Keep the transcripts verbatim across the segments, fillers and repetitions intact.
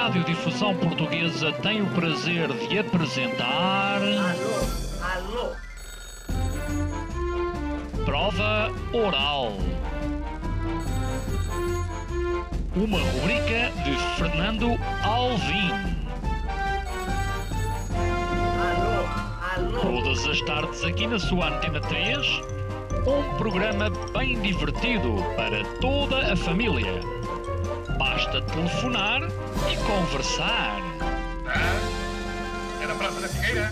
Radiodifusão Portuguesa tem o prazer de apresentar... Alô, alô. Prova Oral. Uma rubrica de Fernando Alvim. Alô, alô. Todas as tardes aqui na sua Antena três, um programa bem divertido para toda a família. Basta telefonar e conversar. Ah, é na Praça da Figueira?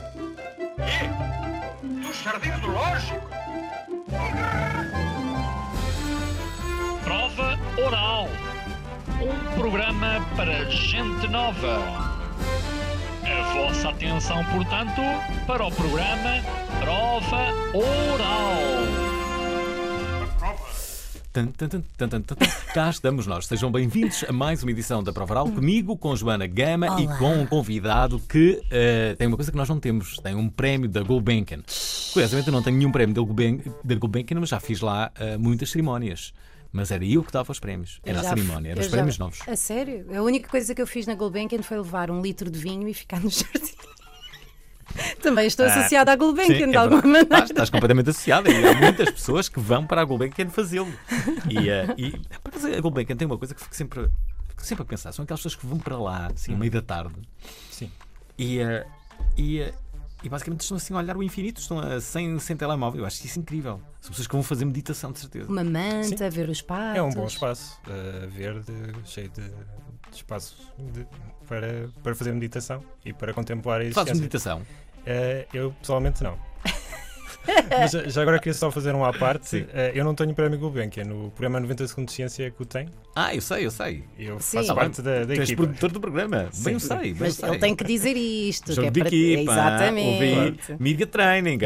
E? Dos Jardins do Lógico? Prova Oral. Um programa para gente nova. A vossa atenção, portanto, para o programa Prova Oral. Tan, tan, tan, tan, tan, tan. Cá estamos nós. Sejam bem-vindos a mais uma edição da Prova Oral, comigo, com Joana Gama. Olá. E com um convidado que uh, tem uma coisa que nós não temos. Tem um prémio da Gulbenkian. Curiosamente eu não tenho nenhum prémio da Gulbenkian, da Gulbenkian, mas já fiz lá uh, muitas cerimónias. Mas era eu que dava os prémios. Era a cerimónia, eram os prémios já... novos. A sério? A única coisa que eu fiz na Gulbenkian foi levar um litro de vinho e ficar no jardim. Também estou ah, associada à Gulbenkian, sim, de é alguma maneira. Estás, estás completamente associada e há muitas pessoas que vão para a Gulbenkian fazê-lo. E, uh, e porque a Gulbenkian tem uma coisa que fico sempre, fico sempre a pensar: são aquelas pessoas que vão para lá, assim, à meio da tarde. Sim. E, uh, e, uh, e basicamente estão assim a olhar o infinito, estão uh, sem, sem telemóvel. Eu acho isso incrível. São pessoas que vão fazer meditação, de certeza. Uma manta, sim, ver os patos. É um bom espaço, uh, verde, cheio de, de espaço de, para, para fazer meditação e para contemplar a existência. Fazes meditação? Uh, eu pessoalmente não. Mas já agora queria só fazer um à parte. Uh, eu não tenho prémio Gulbenkian. No programa noventa Segundos de Ciência que o tem. Ah, eu sei, eu sei. Eu sim, faço parte da, da tu és equipa. produtor do programa. Sim, bem eu sei. Bem mas sei. ele tem que dizer isto. Jogo que é de para... equipa. Exatamente. Ouvi media training.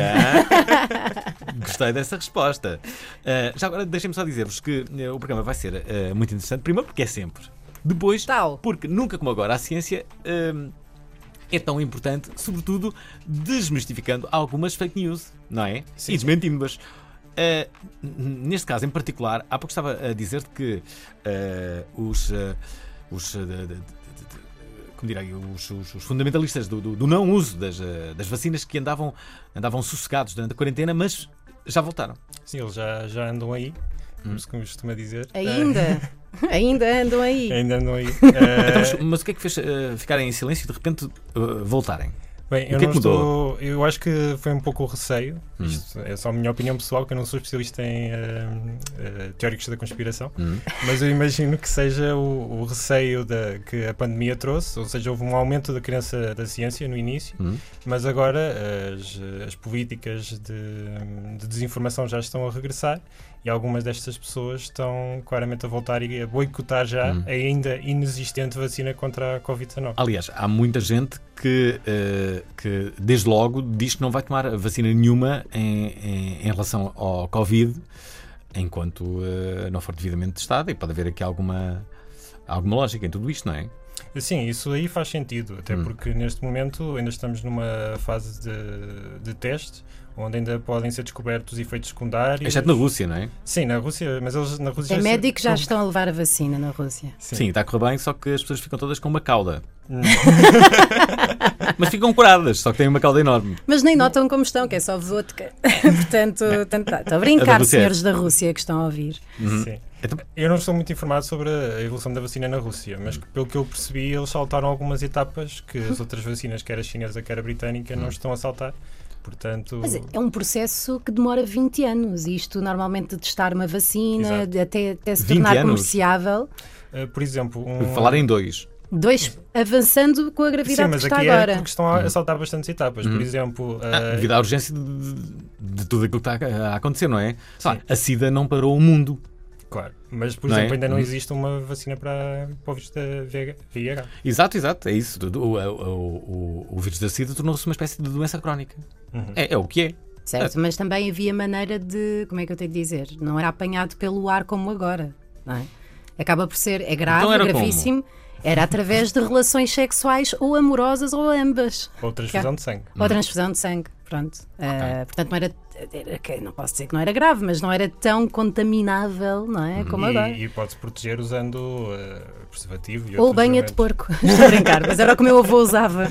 Ah? Gostei dessa resposta. Uh, já agora deixem-me só dizer-vos que uh, o programa vai ser uh, muito interessante. Primeiro porque é sempre. Depois Tal. porque nunca como agora a ciência... Uh, é tão importante, sobretudo, desmistificando algumas fake news, não é? Sim, e desmentindo-as. Uh, neste caso, em particular, há pouco estava a dizer-te que uh, os, uh, os, uh, de, de, de, como direi, os, os, os fundamentalistas do, do, do não uso das, uh, das vacinas que andavam, andavam sossegados durante a quarentena, mas já voltaram. Sim, eles já, já andam aí, como se costuma dizer. Ainda? Ainda andam aí. Ainda andam aí. Então, mas o que é que fez uh, ficarem em silêncio e de repente uh, voltarem? Bem, o eu que não é que estou. Eu acho que foi um pouco o receio. Hum. Isto é só a minha opinião pessoal, que eu não sou especialista em uh, uh, teóricos da conspiração. Hum. Mas eu imagino que seja o, o receio da, que a pandemia trouxe, ou seja, houve um aumento da crença da ciência no início, Hum. mas agora as, as políticas de, de desinformação já estão a regressar. E algumas destas pessoas estão claramente a voltar e a boicotar já hum. a ainda inexistente vacina contra a covid dezenove. Aliás, há muita gente que, uh, que desde logo diz que não vai tomar vacina nenhuma em, em, em relação ao Covid enquanto uh, não for devidamente testada, e pode haver aqui alguma, alguma lógica em tudo isto, não é? Sim, isso aí faz sentido, até hum. porque neste momento ainda estamos numa fase de, de teste, onde ainda podem ser descobertos efeitos secundários. Exceto na Rússia, não é? Sim, na Rússia, mas eles na Rússia... Tem já médicos que já se... estão a levar a vacina na Rússia. Sim. Sim, está a correr bem, só que as pessoas ficam todas com uma cauda. Hum. Mas ficam curadas, só que têm uma cauda enorme. Mas nem notam como estão, que é só vodka. Portanto, estou a brincar, senhores da Rússia que estão a ouvir. Uhum. Sim. Então, eu não estou muito informado sobre a evolução da vacina na Rússia, mas pelo que eu percebi, eles saltaram algumas etapas que as outras vacinas, quer a chinesa, quer a britânica, não estão a saltar. Portanto... Mas é um processo que demora vinte anos. Isto normalmente de testar uma vacina, de até, até se tornar anos. comerciável. Uh, por exemplo, um... falar em dois. Dois, avançando com a gravidade. Sim, mas que está aqui agora. É porque estão a saltar bastantes etapas. Uhum. Por exemplo... Uh... Ah, devido à urgência de, de, de tudo aquilo que está a acontecer, não é? Sim. A SIDA não parou o mundo. Claro, mas por não exemplo é? ainda não hum. existe uma vacina para, para o vírus da V I H. Exato, exato, é isso. O, o, o, o vírus da SIDA tornou-se uma espécie de doença crónica. Uhum. É, é o que é. Certo, mas também havia maneira de, como é que eu tenho de dizer, não era apanhado pelo ar como agora, não é? Acaba por ser, é grave, então era gravíssimo. Como? Era através de relações sexuais ou amorosas ou ambas. Ou transfusão de sangue. Ou transfusão de sangue, pronto. Okay. Uh, portanto, não era era, que- não posso dizer que não era grave, mas não era tão contaminável, não é? Como agora. E, e pode-se proteger usando uh, preservativo e Ou outros banha de elementos. porco. Estou a brincar, mas era o que o meu avô usava.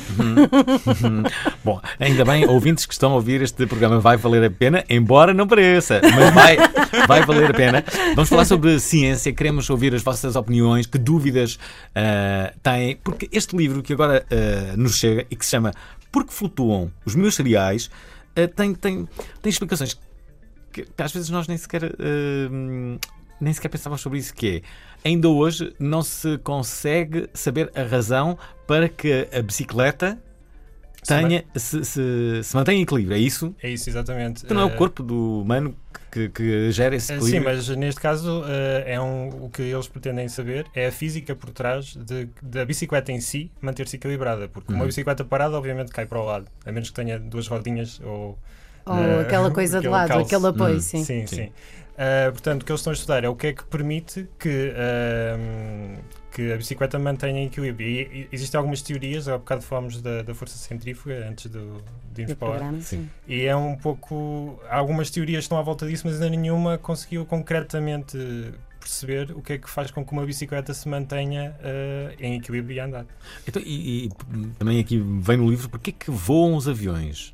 Bom, ainda bem, ouvintes que estão a ouvir, este programa vai valer a pena, embora não pareça, mas vai, vai valer a pena. Vamos falar sobre ciência, queremos ouvir as vossas opiniões, que dúvidas ah, têm, porque este livro que agora ah, nos chega e que se chama Por que Flutuam os Meus Cereais, ah, tem, tem, tem explicações que, que às vezes nós nem sequer, ah, nem sequer pensávamos sobre isso, que é, ainda hoje não se consegue saber a razão para que a bicicleta tenha, se, se, se mantém em equilíbrio, é isso? É isso, exatamente. Então não é o Uh, corpo do humano que, que gera esse Uh, equilíbrio? Sim, mas neste caso uh, é um, o que eles pretendem saber é a física por trás de, da bicicleta em si manter-se equilibrada, porque uma Uhum. bicicleta parada obviamente cai para o lado, a menos que tenha duas rodinhas ou, Ou uh, aquela coisa de aquele lado, calço. aquele apoio, Hum, sim. Sim, Sim. sim. Uh, portanto, o que eles estão a estudar é o que é que permite que, uh, que a bicicleta mantenha equilíbrio. E, e existem algumas teorias, há bocado falámos da, da força centrífuga antes do, de irmos Do para lá. programa, Sim. sim. E é um pouco. Há algumas teorias que estão à volta disso, mas ainda nenhuma conseguiu concretamente perceber o que é que faz com que uma bicicleta se mantenha uh, em equilíbrio e a andar. Então, e, e também aqui vem no livro, porquê que voam os aviões?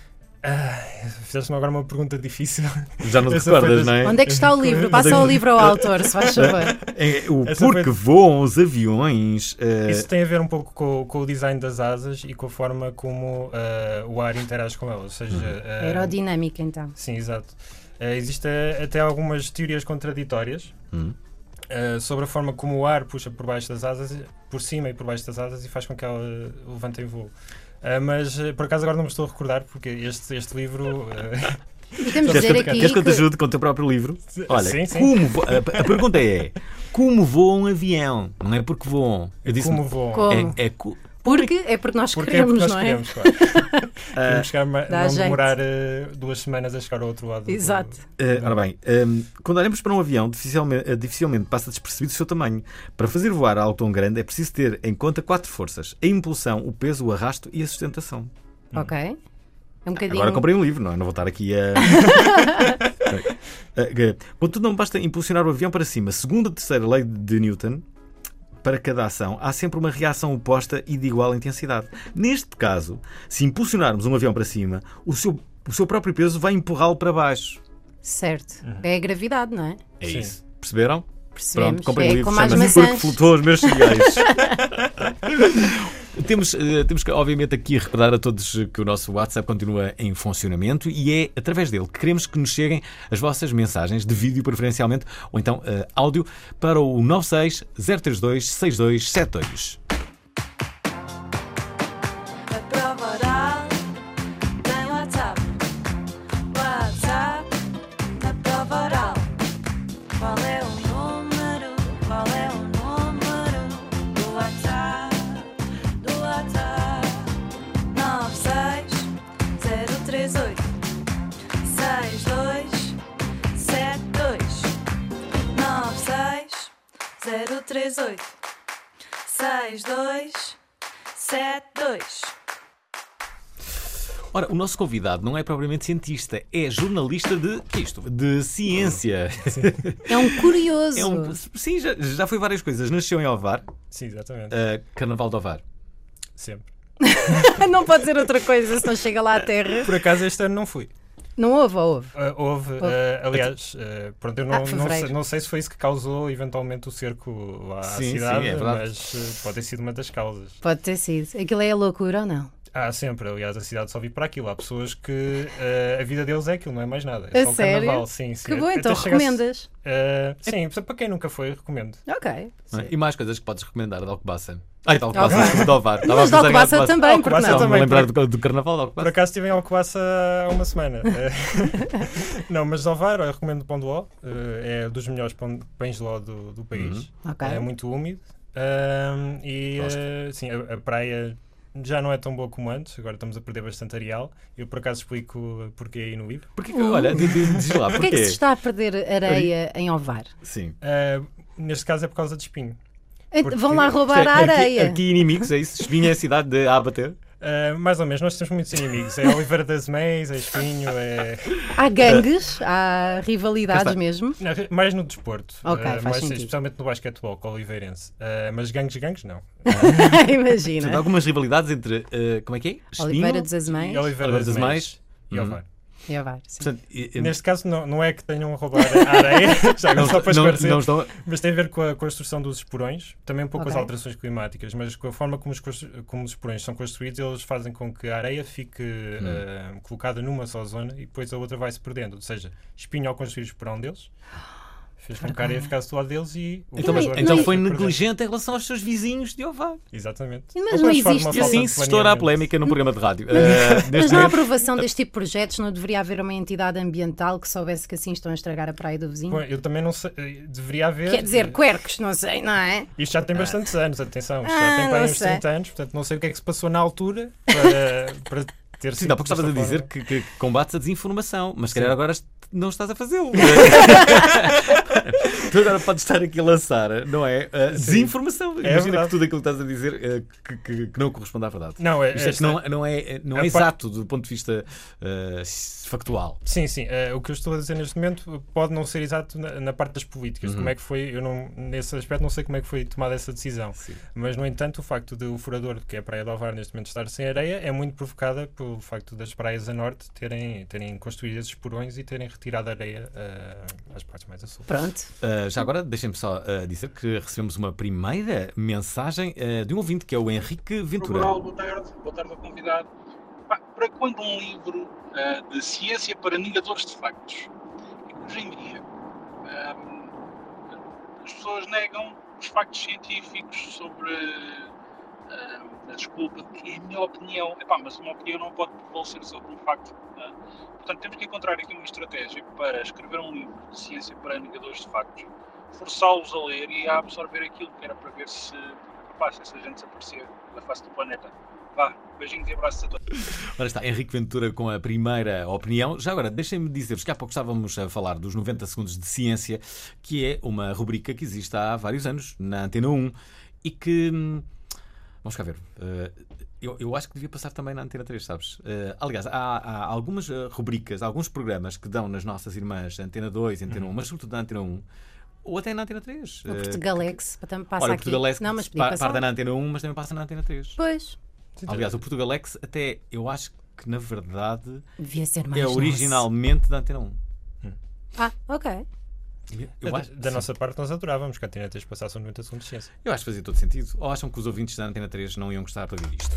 Ah, fizeste-me agora uma pergunta difícil. Já não te Essa foi recordas, das- não é? Onde é que está o livro? Mas Passa é- o livro ao autor, se faz favor. É, o Essa porque foi- voam os aviões. eh, Isso tem a ver um pouco com, com o design das asas e com a forma como ah, o ar interage com elas. Ou seja, ah, Aerodinâmica, então. sim, exato. Ah, Existem até algumas teorias contraditórias hum. ah, sobre a forma como o ar puxa por baixo das asas, por cima e por baixo das asas, e faz com que ela levantem voo. Ah, mas ah, por acaso agora não me estou a recordar, porque este, este livro. ah, E temos de Queres que, dizer eu te- aqui queres que eu te que- ajude com o teu próprio livro? Olha, sim, sim. como vo- a, a pergunta é: como voa um avião? Não é porque voam. Eu disse Como voam. Como? é, é co- Porque é porque nós Porque é queremos, porque nós não é? queremos, claro. ah, Queremos chegar, ma- Dá não jeito. demorar ah, duas semanas a chegar ao outro lado. do- Exato. Uh, ora bem, um, quando olhamos para um avião, dificilmente, uh, dificilmente passa despercebido o seu tamanho. Para fazer voar algo tão grande é preciso ter em conta quatro forças: a impulsão, o peso, o arrasto e a sustentação. Ok. É um bocadinho. Agora comprei um livro, não é? Não vou estar aqui a. Uh, Contudo, não basta impulsionar o avião para cima. Segundo a terceira lei de Newton, para cada ação, há sempre uma reação oposta e de igual intensidade. Neste caso, se impulsionarmos um avião para cima, o seu, o seu próprio peso vai empurrá-lo para baixo. Certo. É a gravidade, não é? É Sim. isso. Perceberam? Percebemos. Pronto, comprei um É livro, como as chama-se Porque maçãs. Flutuam os Meus Cereais. temos, eh, temos que, obviamente, aqui recordar a todos que o nosso WhatsApp continua em funcionamento e é através dele que queremos que nos cheguem as vossas mensagens de vídeo, preferencialmente, ou então eh, áudio, para o nove seis zero três dois seis dois sete dois. A prova oral tem WhatsApp. WhatsApp da prova oral. Qual é o número? Qual é o número do WhatsApp? Do WhatsApp? nove seis zero três oito seis dois sete dois. nove seis zero três oito seis dois sete dois. Ora, o nosso convidado não é propriamente cientista, é jornalista de que é isto? De ciência. É um curioso. É um, sim, já, já foi várias coisas. Nasceu em Ovar, Sim, exatamente. uh, Carnaval de Ovar. Sempre. Não pode ser outra coisa se não chega lá à terra. Por acaso este ano não fui. Não houve ou houve? Ah, houve, ah, aliás, ah, pronto, eu não, Ah, não, fevereiro. sei, não sei se foi isso que causou eventualmente o cerco lá à Sim, cidade, sim, é verdade. mas ah, pode ter sido uma das causas. Pode ter sido. Aquilo é a loucura ou não? Há sempre, aliás, a cidade só vive para aquilo. Há pessoas que ah, a vida deles é aquilo, não é mais nada. É A só o sério? carnaval. Sim, sim. Que bom, Até então chega a- recomendas. Ah, sim, para quem nunca foi, recomendo. Ok. Não é? E mais coisas que podes recomendar de Alcobaça. Ai, de Alcobaça, Ok. de Ovar. Estava a Mas de pensar em Alcobaça Alcobaça. também, porque Alcobaça não? Estava-me a também, lembrar por- do, do Carnaval de Por Alcobaça. acaso estive em Alcobaça há uma semana. Eh, não, mas de Ovar, eu recomendo o pão de ló. Eh, é dos melhores pão- pães de ló do, do país. Ok. É muito úmido. Ahm, e Gosto. eh, sim, a, a praia já não é tão boa como antes. Agora estamos a perder bastante areal. Eu por acaso explico porquê aí no livro. Porquê que, olha, diz diz lá, Porquê é que porquê? se está a perder areia em Ovar? Sim. Ah, neste caso é por causa de espinho. Ent- Porque- Vão lá roubar a Aqui- areia. Aqui, inimigos, é isso? Espinha é a cidade de a abater. Uh, mais ou menos, nós temos muitos inimigos. É Oliveira das Meias, é Espinho, é. Há gangues, há rivalidades Está. mesmo. Não, mais no desporto. Ok, uh, faz mais, sentido. especialmente no basquetebol, com o Oliveirense. Uh, mas gangues, gangues, não. Portanto, Imagina. algumas rivalidades entre. eh, como é que é? Espinho? Oliveira dos Azemães E Oliveira das Meias e Uhum. Ovar. e Ovar. sim. Portanto, e- e- Neste caso, não, não é que tenham a roubar a areia, já não, agora só para não, esclarecer, não estão. mas tem a ver com a construção dos esporões, também um pouco com Ok. as alterações climáticas, mas com a forma como os, constru- como os esporões são construídos, eles fazem com que a areia fique eh, colocada numa só zona e depois a outra vai-se perdendo. Ou seja, Espinho, ao construir o esporão deles, fez com que a areia ficasse do lado deles e o Então, mas- corredor então foi foi perdendo. negligente em relação aos seus vizinhos de Ovar. Exatamente. Mas Ou não transforma existe- uma E falta assim de se estoura a planeamento. polémica num programa de rádio. Eh, Mas neste na momento, aprovação deste tipo de projetos não deveria haver uma entidade ambiental que soubesse que assim estão a estragar a praia do vizinho? Bom, eu também não sei, eh, deveria haver. Quer dizer, quercos, não sei, não é? Isto já tem bastantes anos, atenção, isto Ah, já tem para não aí uns sei. trinta anos, portanto não sei o que é que se passou na altura para, para ter sim, sido não, porque estavas a desta dizer forma. que, que combates a desinformação, mas se calhar Sim. agora est- não estás a fazê-lo. Tu agora podes estar aqui a lançar, não é? Uh, desinformação. É Imagina verdade. que tudo aquilo que estás a dizer uh, que, que- que não corresponde à verdade. Não, é, Isto é que esta- não, não é, não é a par- exato do ponto de vista uh, factual. Sim, sim. eh, o que eu estou a dizer neste momento pode não ser exato na, na parte das políticas. Uhum. Como é que foi, eu não, nesse aspecto não sei como é que foi tomada essa decisão. Sim. Mas, no entanto, o facto de o furador, que é a Praia de Ovar, neste momento estar sem areia, é muito provocada pelo facto das praias a norte terem, terem construído esses porões e terem retirado a areia eh, às partes mais a sul. Pronto. Uh, já agora, deixem-me só uh, dizer que recebemos uma primeira mensagem uh, de um ouvinte que é o Henrique Ventura. Rural, boa tarde, boa tarde ao convidado. Pá, para quando um livro ah, de ciência para negadores de factos? Hoje em dia, ah, as pessoas negam os factos científicos sobre ah, a desculpa de que é a minha opinião. Epá, mas uma opinião não pode prevalecer sobre um facto. ah. Portanto, temos que encontrar aqui uma estratégia para escrever um livro de ciência para negadores de factos, forçá-los a ler e a absorver aquilo que era para ver se, pá, se essa gente desaparecer da face do planeta. Vá, beijinhos e abraços a todos. Ora está, Henrique Ventura com a primeira opinião. Já agora, deixem-me dizer-vos que há pouco estávamos a falar dos noventa segundos de ciência, que é uma rubrica que existe há vários anos na Antena um e que... hum, Vamos cá ver. Uh, eu, eu acho que devia passar também na Antena três, sabes? Uh, aliás, há, há algumas uh, rubricas, alguns programas que dão nas nossas irmãs Antena dois, Antena um, mas sobretudo na Antena um, ou até na Antena três. O Uh, Portugalex também passa Olha, o aqui. Portugalex Não, mas podia pa- passar. parda na Antena um, mas também passa na Antena três. Pois, Aliás, o Portugalex até, eu acho que na verdade devia ser mais é nosso. originalmente da Antena um. Ah, ok. Eu da acho, da sim. nossa parte, nós adorávamos que a Antena três passasse um noventa segundos de ciência. Eu acho que fazia todo sentido. Ou acham que os ouvintes da Antena três não iam gostar para ver isto?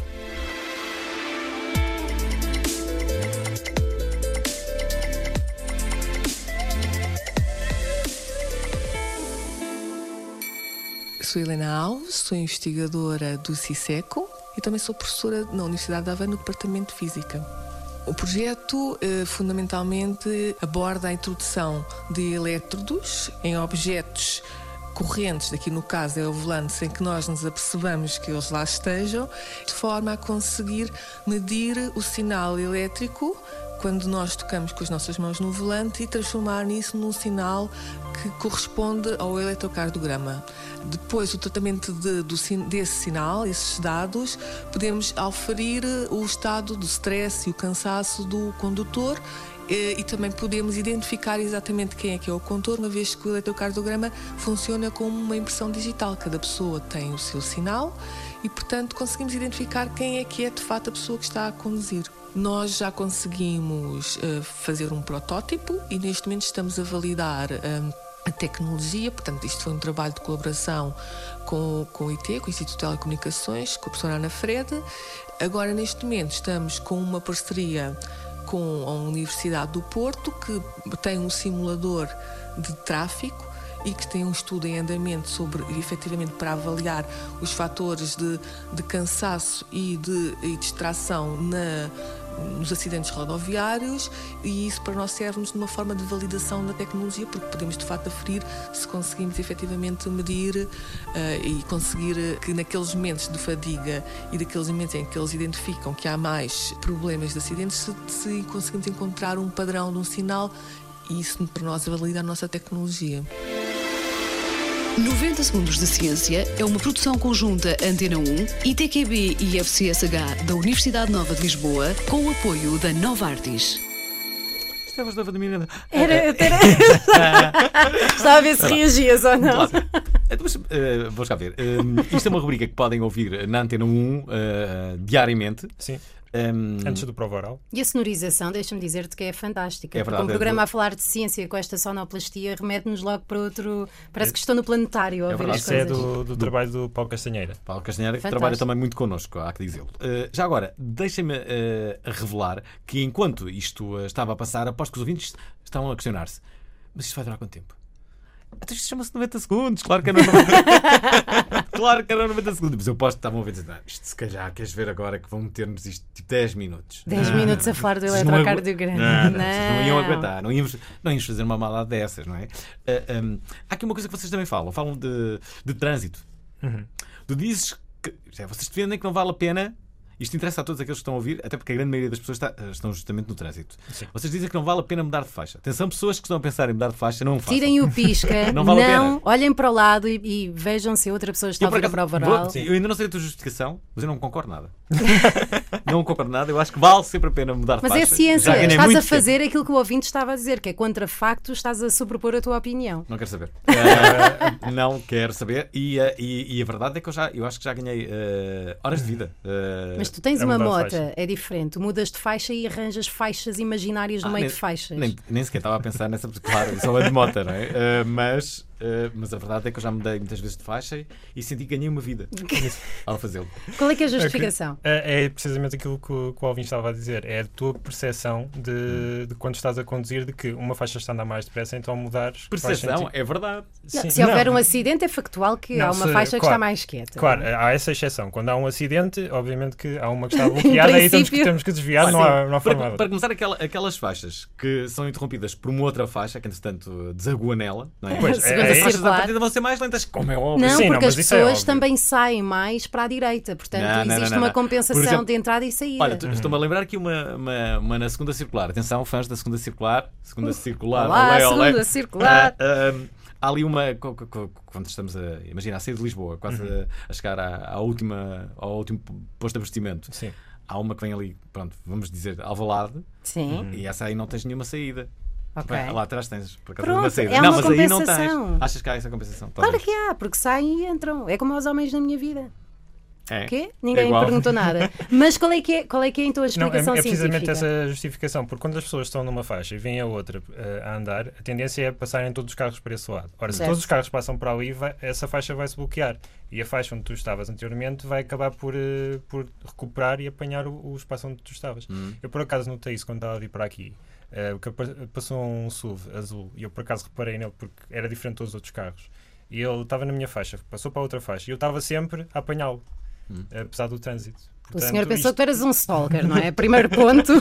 Sou Helena Alves, sou investigadora do CISECO e também sou professora na Universidade de Aveiro no Departamento de Física. O projeto eh, fundamentalmente aborda a introdução de elétrodos em objetos correntes, daqui no caso é o volante, sem que nós nos apercebamos que eles lá estejam, de forma a conseguir medir o sinal elétrico quando nós tocamos com as nossas mãos no volante e transformar nisso num sinal que corresponde ao eletrocardiograma. Depois, o tratamento de, do, desse sinal, esses dados, podemos auferir o estado do stress e o cansaço do condutor e, e também podemos identificar exatamente quem é que é o condutor, uma vez que o eletrocardiograma funciona como uma impressão digital. Cada pessoa tem o seu sinal e, portanto, conseguimos identificar quem é que é de fato a pessoa que está a conduzir. Nós já conseguimos uh, fazer um protótipo e neste momento estamos a validar um, a tecnologia, portanto isto foi um trabalho de colaboração com, com o I T, com o Instituto de Telecomunicações, com a professora Ana Frede. Agora neste momento estamos com uma parceria com a Universidade do Porto, que tem um simulador de tráfego e que tem um estudo em andamento sobre, efetivamente, para avaliar os fatores de, de cansaço e de e distração na, nos acidentes rodoviários, e isso para nós serve-nos de uma forma de validação da tecnologia, porque podemos de facto aferir se conseguimos efetivamente medir uh, e conseguir que naqueles momentos de fadiga e daqueles momentos em que eles identificam que há mais problemas de acidentes, se, se conseguimos encontrar um padrão de um sinal, e isso para nós valida a nossa tecnologia. noventa Segundos de Ciência é uma produção conjunta Antena um, I T Q B e F C S H da Universidade Nova de Lisboa, com o apoio da Nova Artis. Estavas da Miranda. Era, era... Estava a ver se reagias ou não. Claro. Então, mas, uh, vamos cá ver. Um, isto é uma rubrica que podem ouvir na Antena um uh, diariamente. Sim. Um, Antes do prova oral. E a sonorização, deixa-me dizer-te que é fantástica. É porque verdade, um programa é a falar de ciência com esta sonoplastia remete-nos logo para outro. Parece que estou no planetário a É ouvir verdade. as Isso é coisas. do, do trabalho do Paulo Castanheira. Paulo Castanheira, que Fantástico. trabalha também muito connosco, há que dizê-lo. Uh, já agora, deixem-me uh, revelar que enquanto isto uh, estava a passar, aposto que os ouvintes estavam a questionar-se: mas isto vai durar quanto tempo? Até isto chama-se noventa segundos, claro que era noventa Claro que era noventa segundos, mas eu posto que estavam a ver dizer, isto se calhar queres ver agora que vão meter-nos isto tipo dez minutos. dez Não, minutos a falar do vocês não agu- eletrocardiograma. Não, não, vocês não iam aguentar, não íamos, não íamos fazer uma maldade dessas, não é? Uh, um, há aqui uma coisa que vocês também falam, falam de, de trânsito. Uhum. Tu dizes que já, vocês defendem que não vale a pena. Isto interessa a todos aqueles que estão a ouvir, até porque a grande maioria das pessoas está, estão justamente no trânsito. Sim. Vocês dizem que não vale a pena mudar de faixa. Atenção, pessoas que estão a pensar em mudar de faixa, não o façam. Tirem o pisca, Não não, vale a pena. olhem para o lado e, e vejam se outra pessoa está Eu, a por ouvir a acaso, prova vou- oral. eu ainda não sei a tua justificação, mas eu não concordo nada. Não concordo nada, eu acho que vale sempre a pena mudar de Mas faixa. é ciência, Já ganhei estás muito a fazer aquilo que o ouvinte estava a dizer, que é contra factos, estás a sobrepor a tua opinião. Não quero saber. Uh, não quero saber. E, uh, e, e a verdade é que eu, já, eu acho que já ganhei uh, horas de vida. Uh, Mas tu tens é uma mudar de moto, faixa. é diferente. Tu mudas de faixa e arranjas faixas imaginárias no ah, meio nem, de faixas. Nem, nem sequer estava a pensar nessa, porque, claro, só é de moto, não é? Uh, mas, uh, mas a verdade é que eu já mudei muitas vezes de faixa e senti que ganhei uma vida ao fazê-lo. Qual é que é a justificação? É, é precisamente aquilo que o, que o Alvin estava a dizer. É a tua percepção de, de quando estás a conduzir de que uma faixa está a andar mais depressa, então mudares. Percepção, é verdade. Não, Sim. se houver Não. um acidente, é factual que Não, há uma se- faixa que claro, está mais quieta. Claro, há essa exceção. Quando há um acidente, obviamente que há uma que está bloqueada e temos que, princípio. temos que desviar, não há, não há forma Para, de para começar, aquela, aquelas faixas que são interrompidas por uma outra faixa, que entretanto desagua nela, não é? Pois, Segunda é- é As isso. faixas à circular. partida vão ser mais lentas, como é óbvio. Não, Sim, não, porque mas as isso é pessoas óbvio. também saem mais para a direita. Portanto, Não, não, não, existe não, uma não. compensação Por exemplo, de entrada e saída. Olha, tu- estou-me a lembrar aqui uma, uma, uma na segunda circular. Atenção, fãs da segunda circular. Segunda circular. Olá, olé, olé. segunda circular. Ah, ah, há ali uma. co- co- co- Quando estamos a. Imagina, a sair de Lisboa, quase a, a chegar à, à última, ao último posto de abastecimento. Sim. Há uma que vem ali, pronto, vamos dizer, Alvalade, Sim, e essa aí não tens nenhuma saída. ok. Bem, lá atrás tens, por acaso, Pronto, uma saída. é não, uma mas aí não compensação. tens. Achas que há essa compensação? Claro Talvez. que há, porque saem e entram. É como aos homens na minha vida. É. O quê? Ninguém igual. perguntou nada. Mas qual é que é, qual é, que é então a Não, é, explicação é precisamente científica? essa justificação, porque quando as pessoas estão numa faixa e vêm a outra eh, a andar, a tendência é passarem todos os carros para esse lado. Ora, se Certo. todos os carros passam para ali, vai- essa faixa vai se bloquear. E a faixa onde tu estavas anteriormente vai acabar por, eh, por recuperar e apanhar o, o espaço onde tu estavas. Hum. Eu, por acaso, notei isso quando estava a vir para aqui. Eh, que apa- passou um S U V azul e eu, por acaso, reparei nele porque era diferente dos outros carros. E ele estava na minha faixa, passou para a outra faixa e eu estava sempre a apanhá-lo, Hum. apesar do trânsito. O Portanto, senhor pensou isto- que tu eras um stalker, não é? Primeiro ponto.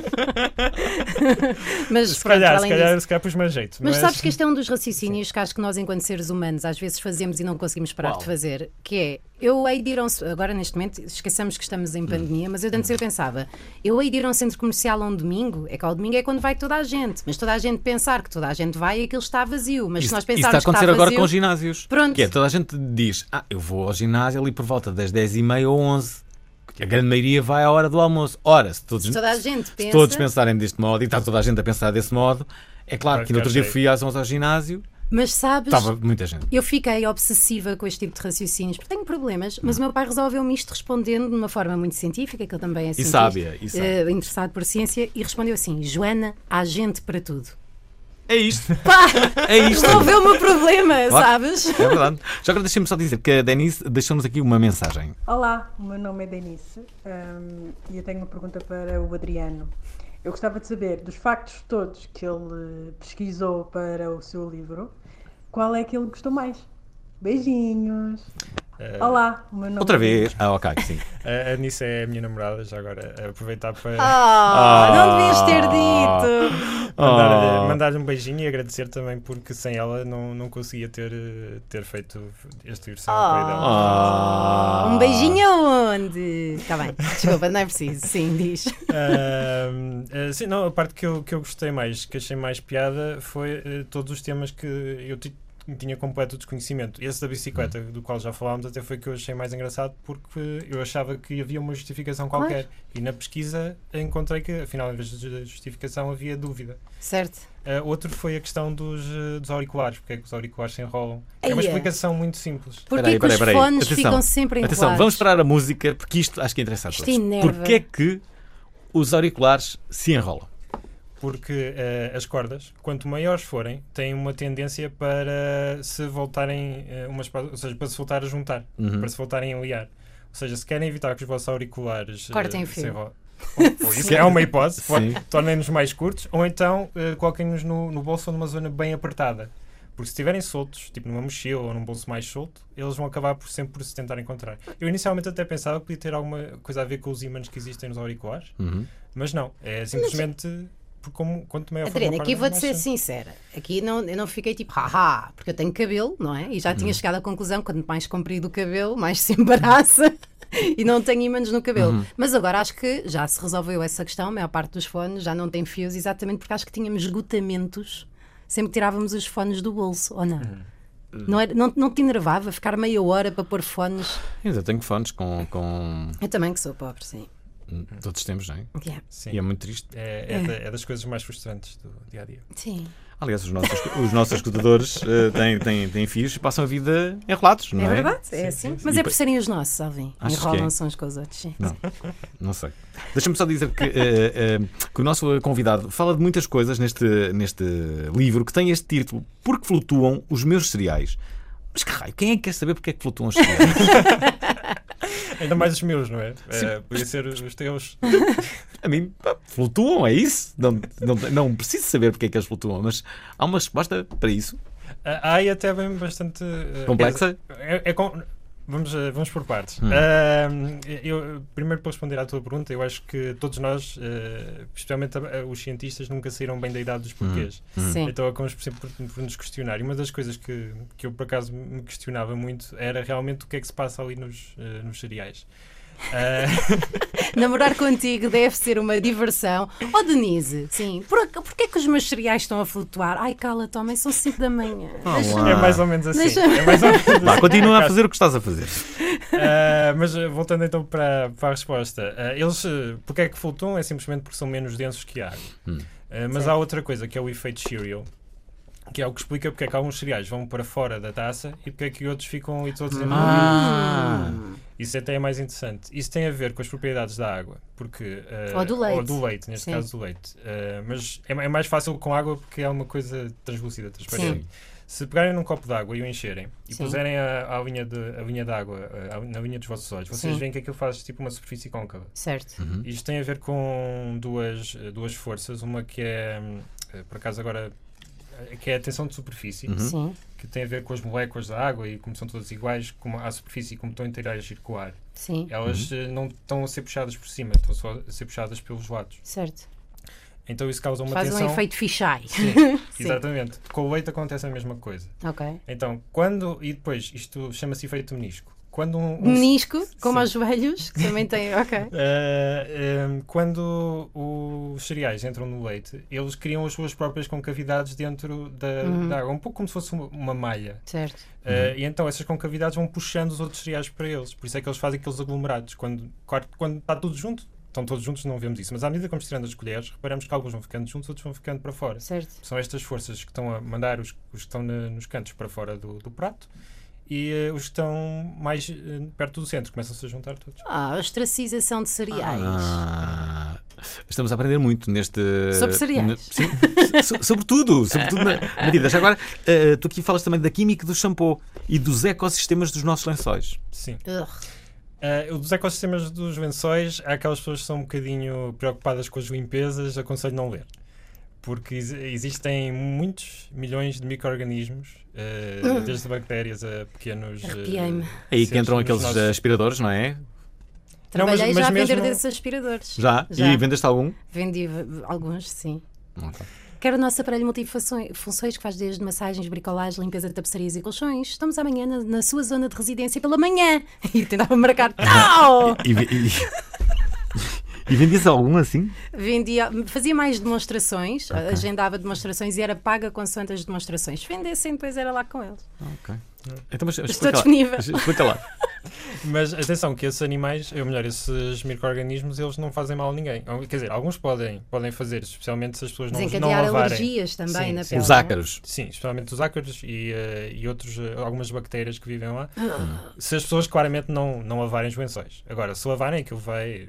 Mas Se pronto, calhar, além se calhar, disso. se calhar pus mais jeito. Mas sabes que este é um dos raciocínios que acho que nós, enquanto seres humanos, às vezes fazemos e não conseguimos parar Qual? de fazer, que é, eu hei de ir a um, agora neste momento, esqueçamos que estamos em pandemia, mas eu antes eu pensava, eu hei de ir a um centro comercial a um domingo, é que ao domingo é quando vai toda a gente, mas toda a gente pensar que toda a gente vai e aquilo está vazio, mas Isso, se nós isso está a pensarmos que acontecer está agora vazio, com os ginásios. Pronto. Que é, toda a gente diz, ah, eu vou ao ginásio ali por volta das dez e meia ou onze. A grande maioria vai à hora do almoço. Ora, se todos, se toda a gente se pensa, todos pensarem deste modo e está toda a gente a pensar desse modo, é claro Vai que no outro dia ficar fui às onze ao ginásio, mas sabes, estava muita gente. eu fiquei obsessiva com este tipo de raciocínios, porque tenho problemas, mas o meu pai resolveu-me isto respondendo de uma forma muito científica, que ele também é E cientista, sábia, e sábia. eh, interessado por ciência, e respondeu assim, Joana, há gente para tudo. É isto. Pá, É isto. resolveu-me o problema, Claro. sabes? É verdade. Já agora deixem-me só dizer que a Denise deixou-nos aqui uma mensagem. Olá, o meu nome é Denise hum, e eu tenho uma pergunta para o Adriano. Eu gostava de saber, dos factos todos que ele pesquisou para o seu livro, qual é que ele gostou mais? Beijinhos! Eh, Olá, o meu nome Outra é Denise. vez. Ah, ok, sim. A a Anice é a minha namorada, já agora a aproveitar para Ah, não devias ter dito! mandar-lhe Oh. mandar-lhe um beijinho e agradecer também, porque sem ela não, não conseguia ter, eh, ter feito este versão com a dela. Ah. Um beijinho aonde? Está bem, desculpa, não é preciso. Sim, diz. Ahm, eh, sim, não, a parte que eu, que eu gostei mais, que achei mais piada, foi eh, todos os temas que eu ti- tinha completo desconhecimento. Esse da bicicleta, do qual já falámos, até foi que eu achei mais engraçado, porque eu achava que havia uma justificação qualquer. Claro. E na pesquisa encontrei que, afinal, em vez de justificação, havia dúvida. Certo. Uh, outro foi a questão dos, uh, dos auriculares, porque é que os auriculares se enrolam. É uma Eia. explicação muito simples. Porquê Peraí, que os peraí, peraí. fones Atenção. ficam sempre enrolados? Atenção, vamos parar a música, porque isto acho que é interessante. Isto todos. enerva. Porquê é que os auriculares se enrolam? Porque uh, as cordas, quanto maiores forem, têm uma tendência para se voltarem, uh, umas, para- ou seja, para se voltar a juntar, Uhum. para se voltarem a liar. Ou seja, se querem evitar que os vossos auriculares uh, Cortem o se fio. enrolem, ou, ou isso é uma hipótese, pode- Sim. tornem-nos mais curtos, ou então uh, coloquem-nos no, no bolso ou numa zona bem apertada. Porque se estiverem soltos, tipo numa mochila ou num bolso mais solto, eles vão acabar por sempre por se tentar encontrar. Eu inicialmente até pensava que podia ter alguma coisa a ver com os ímãs que existem nos auriculares, Uhum. mas não, é simplesmente porque como, quanto maior for Adriana, uma aqui corda, vou-te mais ser sempre. sincera. Aqui não, eu não fiquei tipo, haha, porque eu tenho cabelo, não é? E já tinha chegado à conclusão que quanto mais comprido o cabelo, mais se embaraça. E não tenho ímãs no cabelo. Mas agora acho que já se resolveu essa questão. A maior parte dos fones já não tem fios, exatamente porque acho que tínhamos esgotamentos sempre que tirávamos os fones do bolso, ou não? Não, era, não, não te enervava ficar meia hora para pôr fones? Eu tenho fones com, com... Eu também que sou pobre, sim. todos temos, não é? Yeah. Sim. E é muito triste. É, é, da- é das coisas mais frustrantes do dia a dia. Sim. Aliás, os nossos, os nossos escutadores uh, têm, têm, têm fios e passam a vida enrolados, não É é? verdade, é Sim, assim. sim, sim. Mas E é pa- por serem os nossos, Alvin. Achas que é? Enrolam-se uns com os outros, sim. Não, não sei. Deixa-me só dizer que, eh, eh, que o nosso convidado fala de muitas coisas neste, neste livro que tem este título: Porque flutuam os meus cereais. Mas que raio, quem é que quer saber porque é que flutuam os cereais? Ainda mais os meus, não é? Sim. É podia ser os os teus. A mim, pá, flutuam, é isso? Não, não, não preciso saber porque é que eles flutuam, mas há uma resposta para isso. Ah, Há e até bem bastante. eh, Complexa? É, é com- Vamos, eh, vamos por partes. Hum. Ah, eu, primeiro, para responder à tua pergunta, eu acho que todos nós, eh, especialmente a- os cientistas, nunca saíram bem da idade dos porquês. Sim. Então acabamos por sempre por, por nos questionar. E uma das coisas que, que eu, por acaso, me questionava muito era realmente o que é que se passa ali nos, eh, nos cereais. Ah, Namorar contigo deve ser uma diversão. Oh, Denise, sim. Por, porquê que os meus cereais estão a flutuar? Ai, cala-te, homem, são cinco da manhã. Ah, Deixa- uau. é mais ou menos assim. Deixa- É mais ou menos Vá, assim. continua a fazer o que estás a fazer. Uh, mas uh, voltando então para, para a resposta, uh, eles, uh, porque é que flutuam? É simplesmente porque são menos densos que a água. Hum. Uh, mas Certo. há outra coisa que é o efeito Cheerio, que é o que explica porque é que alguns cereais vão para fora da taça e porque é que outros ficam ali todos envolvidos. Ah, Isso até é mais interessante. Isso tem a ver com as propriedades da água, porque uh, Ou do leite. ou do leite, neste Sim. caso do leite. Uh, mas é, é mais fácil com água porque é uma coisa translúcida, transparente. Sim. Se pegarem num copo de água e o encherem e Sim. puserem a, a linha de a linha de água a- na linha dos vossos olhos, vocês Sim. veem que aquilo faz tipo uma superfície côncava. Certo. Uhum. Isto tem a ver com duas, eh, duas forças. Uma que é, hum, eh, por acaso agora, eh, que é a tensão de superfície, Uhum. Sim, que tem a ver com as moléculas da água e como são todas iguais, como à superfície e como estão a interagir com o ar. sim, Elas eh, não estão a ser puxadas por cima, estão só a ser puxadas pelos lados. certo. Então isso causa uma Faz tensão. um efeito fichai. Sim, Sim. exatamente. Com o leite acontece a mesma coisa. Ok. Então, quando. E depois, isto chama-se efeito menisco. Quando um. um Menisco, como Sim. aos joelhos, que também tem. Ok. Uh, um, quando os cereais entram no leite, eles criam as suas próprias concavidades dentro da, Uhum. da água, um pouco como se fosse uma, uma malha. Certo. Uh, e então essas concavidades vão puxando os outros cereais para eles. Por isso é que eles fazem aqueles aglomerados. Quando, claro, que quando está tudo junto, estão todos juntos, não vemos isso. Mas à medida que vamos tirando as colheres, reparamos que alguns vão ficando juntos, outros vão ficando para fora. Certo. São estas forças que estão a mandar os, os que estão na- nos cantos para fora do, do prato. E eh, os que estão mais eh, perto do centro começam-se a juntar todos. Ah, ostracização de cereais. Ah, estamos a aprender muito neste. Sobre cereais. ne- Sim, so- sobre tudo, sobre tudo na, na vida. Já agora, eh, tu aqui falas também da química do shampoo e dos ecossistemas dos nossos lençóis. Sim. Ugh. Uh, dos ecossistemas dos lençóis, há aquelas pessoas que são um bocadinho preocupadas com as limpezas, aconselho não ler. Porque ex- existem muitos milhões de micro-organismos, uh, desde bactérias a pequenos. uh, Arrepiei-me. Aí que seres entram nos aqueles nossos- aspiradores, não é? Trabalhei mas- já mas a vender mesmo- desses aspiradores. Já? E vendeste algum? Vendi v- alguns, sim. Ok. Quero o nosso aparelho multifunções funções que faz desde massagens, bricolagem, limpeza de tapeçarias e colchões. Estamos amanhã na, na sua zona de residência pela manhã. E tentava marcar. Tchau! E, ve- e- E vendias algum assim? Vendia, fazia mais demonstrações, Ok. agendava demonstrações e era paga consoante as demonstrações. Se vendessem, depois era lá com eles. Ok. Então, mas, Estou explica disponível. Lá. Explica lá. Mas atenção que esses animais, ou melhor, esses micro-organismos, eles não fazem mal a ninguém. Ou, quer dizer, alguns podem, podem fazer, especialmente se as pessoas não, os não Desencadear lavarem. alergias também Sim, na sim. pele. Os não é? ácaros. Sim, especialmente os ácaros e, eh, e outros, eh, algumas bactérias que vivem lá. Ah. Se as pessoas claramente não, não lavarem os lençóis. Agora, se lavarem, aquilo vai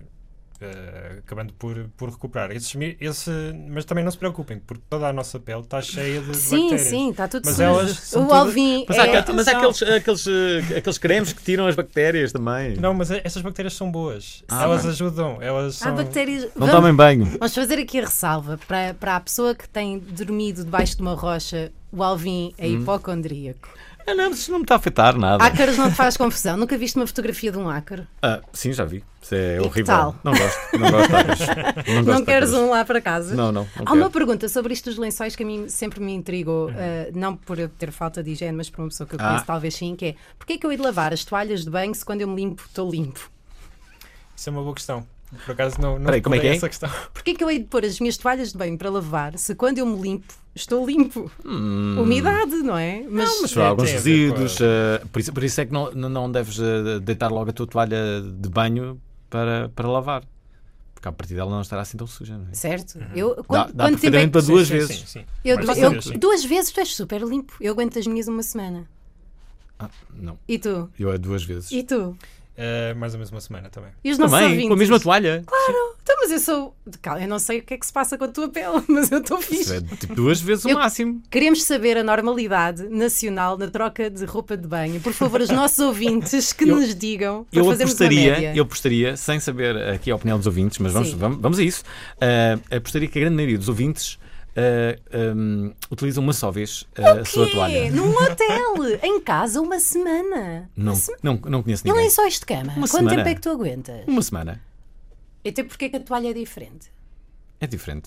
eh, acabando por, por recuperar. Esses mi- esse, mas também não se preocupem, porque toda a nossa pele está cheia de, de Sim, bactérias. sim, está tudo Mas sujo. elas são O todas- Alvin Mas há, é... aquel- mas há aqueles, aqueles, eh, aqueles cremes que tiram as bactérias também. Não, mas estas bactérias são boas. Ah, elas bem. ajudam. Elas Há são... bactérias... Não Vamos- tomem banho. Vamos fazer aqui a ressalva para, para a pessoa que tem dormido debaixo de uma rocha, o Alvin é hipocondríaco. Ah, não, isso não me está a afetar nada. Ácaros não te faz confusão. Nunca viste uma fotografia de um ácaro? Ah, sim, já vi. Isso é que horrível. tal? Não gosto. Não gosto de ácaros. Não, gosto Não de queres ácaros. um lá para casa? Não, não. não Há quero. uma pergunta sobre isto dos lençóis que a mim sempre me intrigou, eh, não por eu ter falta de higiene, mas por uma pessoa que eu conheço, Ah. talvez sim, que é porquê é que eu hei de lavar as toalhas de banho se quando eu me limpo estou limpo? Isso é uma boa questão. Por acaso não, não Peraí, como é que é? essa questão. Porquê é que eu hei de pôr as minhas toalhas de banho para lavar se quando eu me limpo estou limpo? Hum. Umidade, não é? Mas, Não, mas Tem- há alguns tem a ver com a- resíduos. eh, por, isso, por isso é que não, não não deves eh, deitar logo a tua toalha de banho para, para lavar. Porque a partir dela não estará assim tão suja. Não é? certo? Eu, Dá, quanto, dá quanto tempo é perfeitamente que... para duas Sim, vezes. Sim, sim. Eu, Mais eu- uma vez, sim. duas vezes tu és super limpo. Eu aguento as minhas uma semana. Ah, não, E tu? eu é duas vezes. E tu? Eh, mais ou menos uma semana também. E os nossos Também, ouvintes? com a mesma toalha. Claro. Então, mas eu sou... Calma, eu não sei o que é que se passa com a tua pele, mas eu estou Isso fixe. é tipo duas vezes o Eu- máximo. Queremos saber a normalidade nacional na troca de roupa de banho. Por favor, os nossos ouvintes que Eu- nos digam para Eu fazermos uma apostaria, média. eu apostaria, sem saber aqui a opinião dos ouvintes, mas vamos, Sim. vamos, vamos a isso. Ah, apostaria que a grande maioria dos ouvintes ah, um, utilizam uma só vez ah, a sua Quê? toalha. Num hotel, em casa, uma semana. Não, Uma sema- não, não conheço E ninguém. lençóis de cama? Uma Quanto semana. tempo é que tu aguentas? Uma semana. Até porque é que a toalha é diferente? É diferente.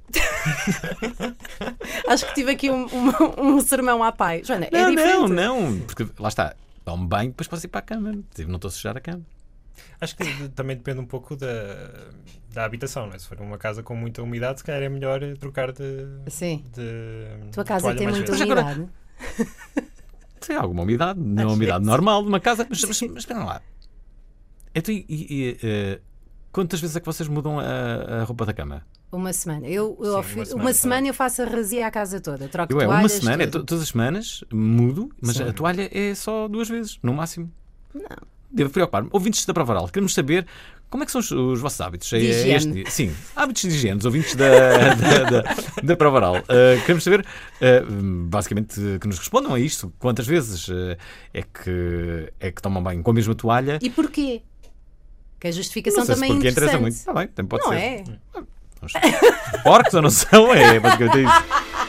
Acho que tive aqui um, um, um sermão à pai. Joana, é não, diferente. não, não. Porque lá está. Dá um banho, depois posso ir para a cama. Tipo, não estou a sujar a cama. Acho que de- também depende um pouco da, da habitação, não é? Se for uma casa com muita umidade, se calhar é melhor trocar de. Sim. de Tua casa toalha tem mais muita vezes. umidade. Tem alguma umidade. Não é Às uma umidade vezes. normal de uma casa. Mas, mas, mas espera lá. Então, e, e, eh, quantas vezes é que vocês mudam a, a roupa da cama? Uma semana. Eu, eu Sim, ao fi- uma uma semana, semana, tá. eu faço a razia à casa toda. Troco Eu é uma toalhas, semana, é tudo. to- todas as semanas mudo, mas Sim. a toalha é só duas vezes, no máximo. Não. Devo preocupar-me. Ouvintes da Prova Oral, queremos saber como é que são os, os vossos hábitos. a- a higiene. este dia. Sim, hábitos de higiene, os ouvintes da, da, da, da Prova Oral. Uh, queremos saber, uh, basicamente, que nos respondam a isto. Quantas vezes uh, é, que, é que tomam banho com a mesma toalha? E porquê? Que a justificação Não sei se também é porque interessante. interessa muito. Está bem, também pode Não ser. é? Os porcos ou não são? É basicamente isso.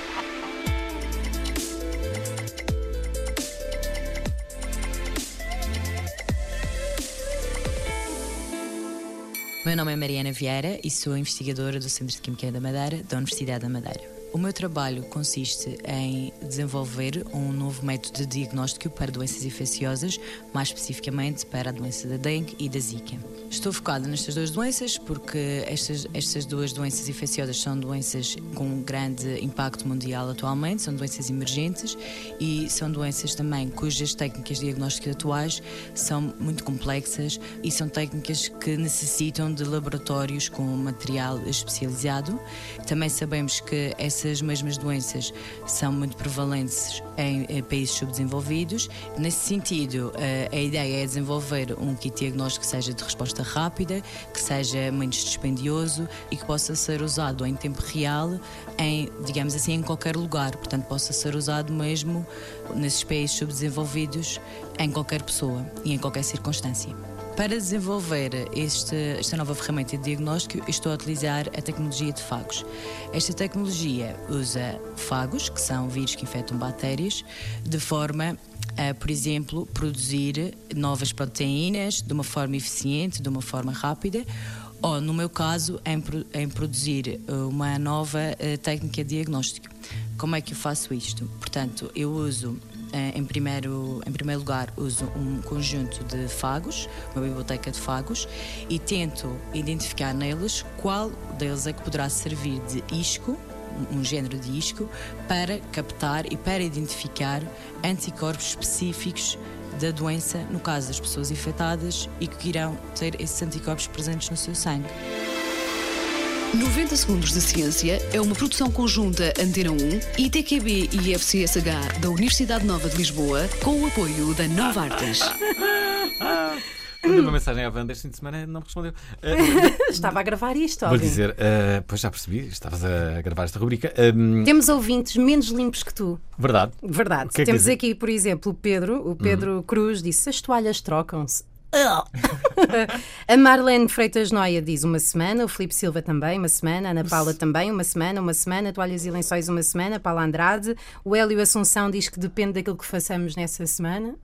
Meu nome é Mariana Vieira e sou investigadora do Centro de Química da Madeira, da Universidade da Madeira. O meu trabalho consiste em desenvolver um novo método de diagnóstico para doenças infecciosas, mais especificamente para a doença da dengue e da zika. Estou focada nestas duas doenças porque estas, estas duas doenças infecciosas são doenças com grande impacto mundial atualmente, são doenças emergentes e são doenças também cujas técnicas diagnósticas atuais são muito complexas e são técnicas que necessitam de laboratórios com material especializado. Também sabemos que essas mesmas doenças são muito prevalentes em, em países subdesenvolvidos. Nesse sentido, a, a ideia é desenvolver um kit diagnóstico que seja de resposta rápida, que seja menos dispendioso e que possa ser usado em tempo real, em, digamos assim, em qualquer lugar. Portanto, possa ser usado mesmo nesses países subdesenvolvidos, em qualquer pessoa e em qualquer circunstância. Para desenvolver este, esta nova ferramenta de diagnóstico, eu estou a utilizar a tecnologia de fagos. Esta tecnologia usa fagos, que são vírus que infectam bactérias, de forma a, por exemplo, produzir novas proteínas de uma forma eficiente, de uma forma rápida, ou, no meu caso, em, em produzir uma nova uh, técnica de diagnóstico. Como é que eu faço isto? Portanto, eu uso em primeiro, em primeiro lugar, uso um conjunto de fagos, uma biblioteca de fagos, e tento identificar neles qual deles é que poderá servir de isco, um género de isco, para captar e para identificar anticorpos específicos da doença, no caso das pessoas infectadas, e que irão ter esses anticorpos presentes no seu sangue. noventa Segundos de Ciência é uma produção conjunta Antena um, I T Q B e F C S H da Universidade Nova de Lisboa, com o apoio da Nova Artes. Mandei uma mensagem à Wanda este fim de semana, não me respondeu. Uh, Estava a gravar isto, Vou dizer, uh, pois já percebi, estavas a gravar esta rubrica. Um... Temos ouvintes menos limpos que tu. Verdade. Verdade. Que Temos é que aqui, por exemplo, o Pedro. O Pedro hum. Cruz disse: as toalhas trocam-se. A Marlene Freitas Noia diz uma semana, o Filipe Silva também uma semana, a Ana Paula também uma semana, uma semana, toalhas e lençóis uma semana, Paula Andrade, o Hélio Assunção diz que depende daquilo que façamos nessa semana.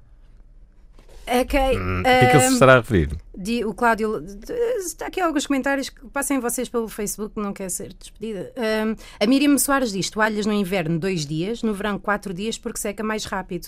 Ok. Hum, o que é que ele se estará a referir? De, o Cláudio, está aqui alguns comentários que passem vocês pelo Facebook, não quer ser despedida. Um, a Miriam Soares diz: toalhas no inverno dois dias, no verão quatro dias, porque seca mais rápido.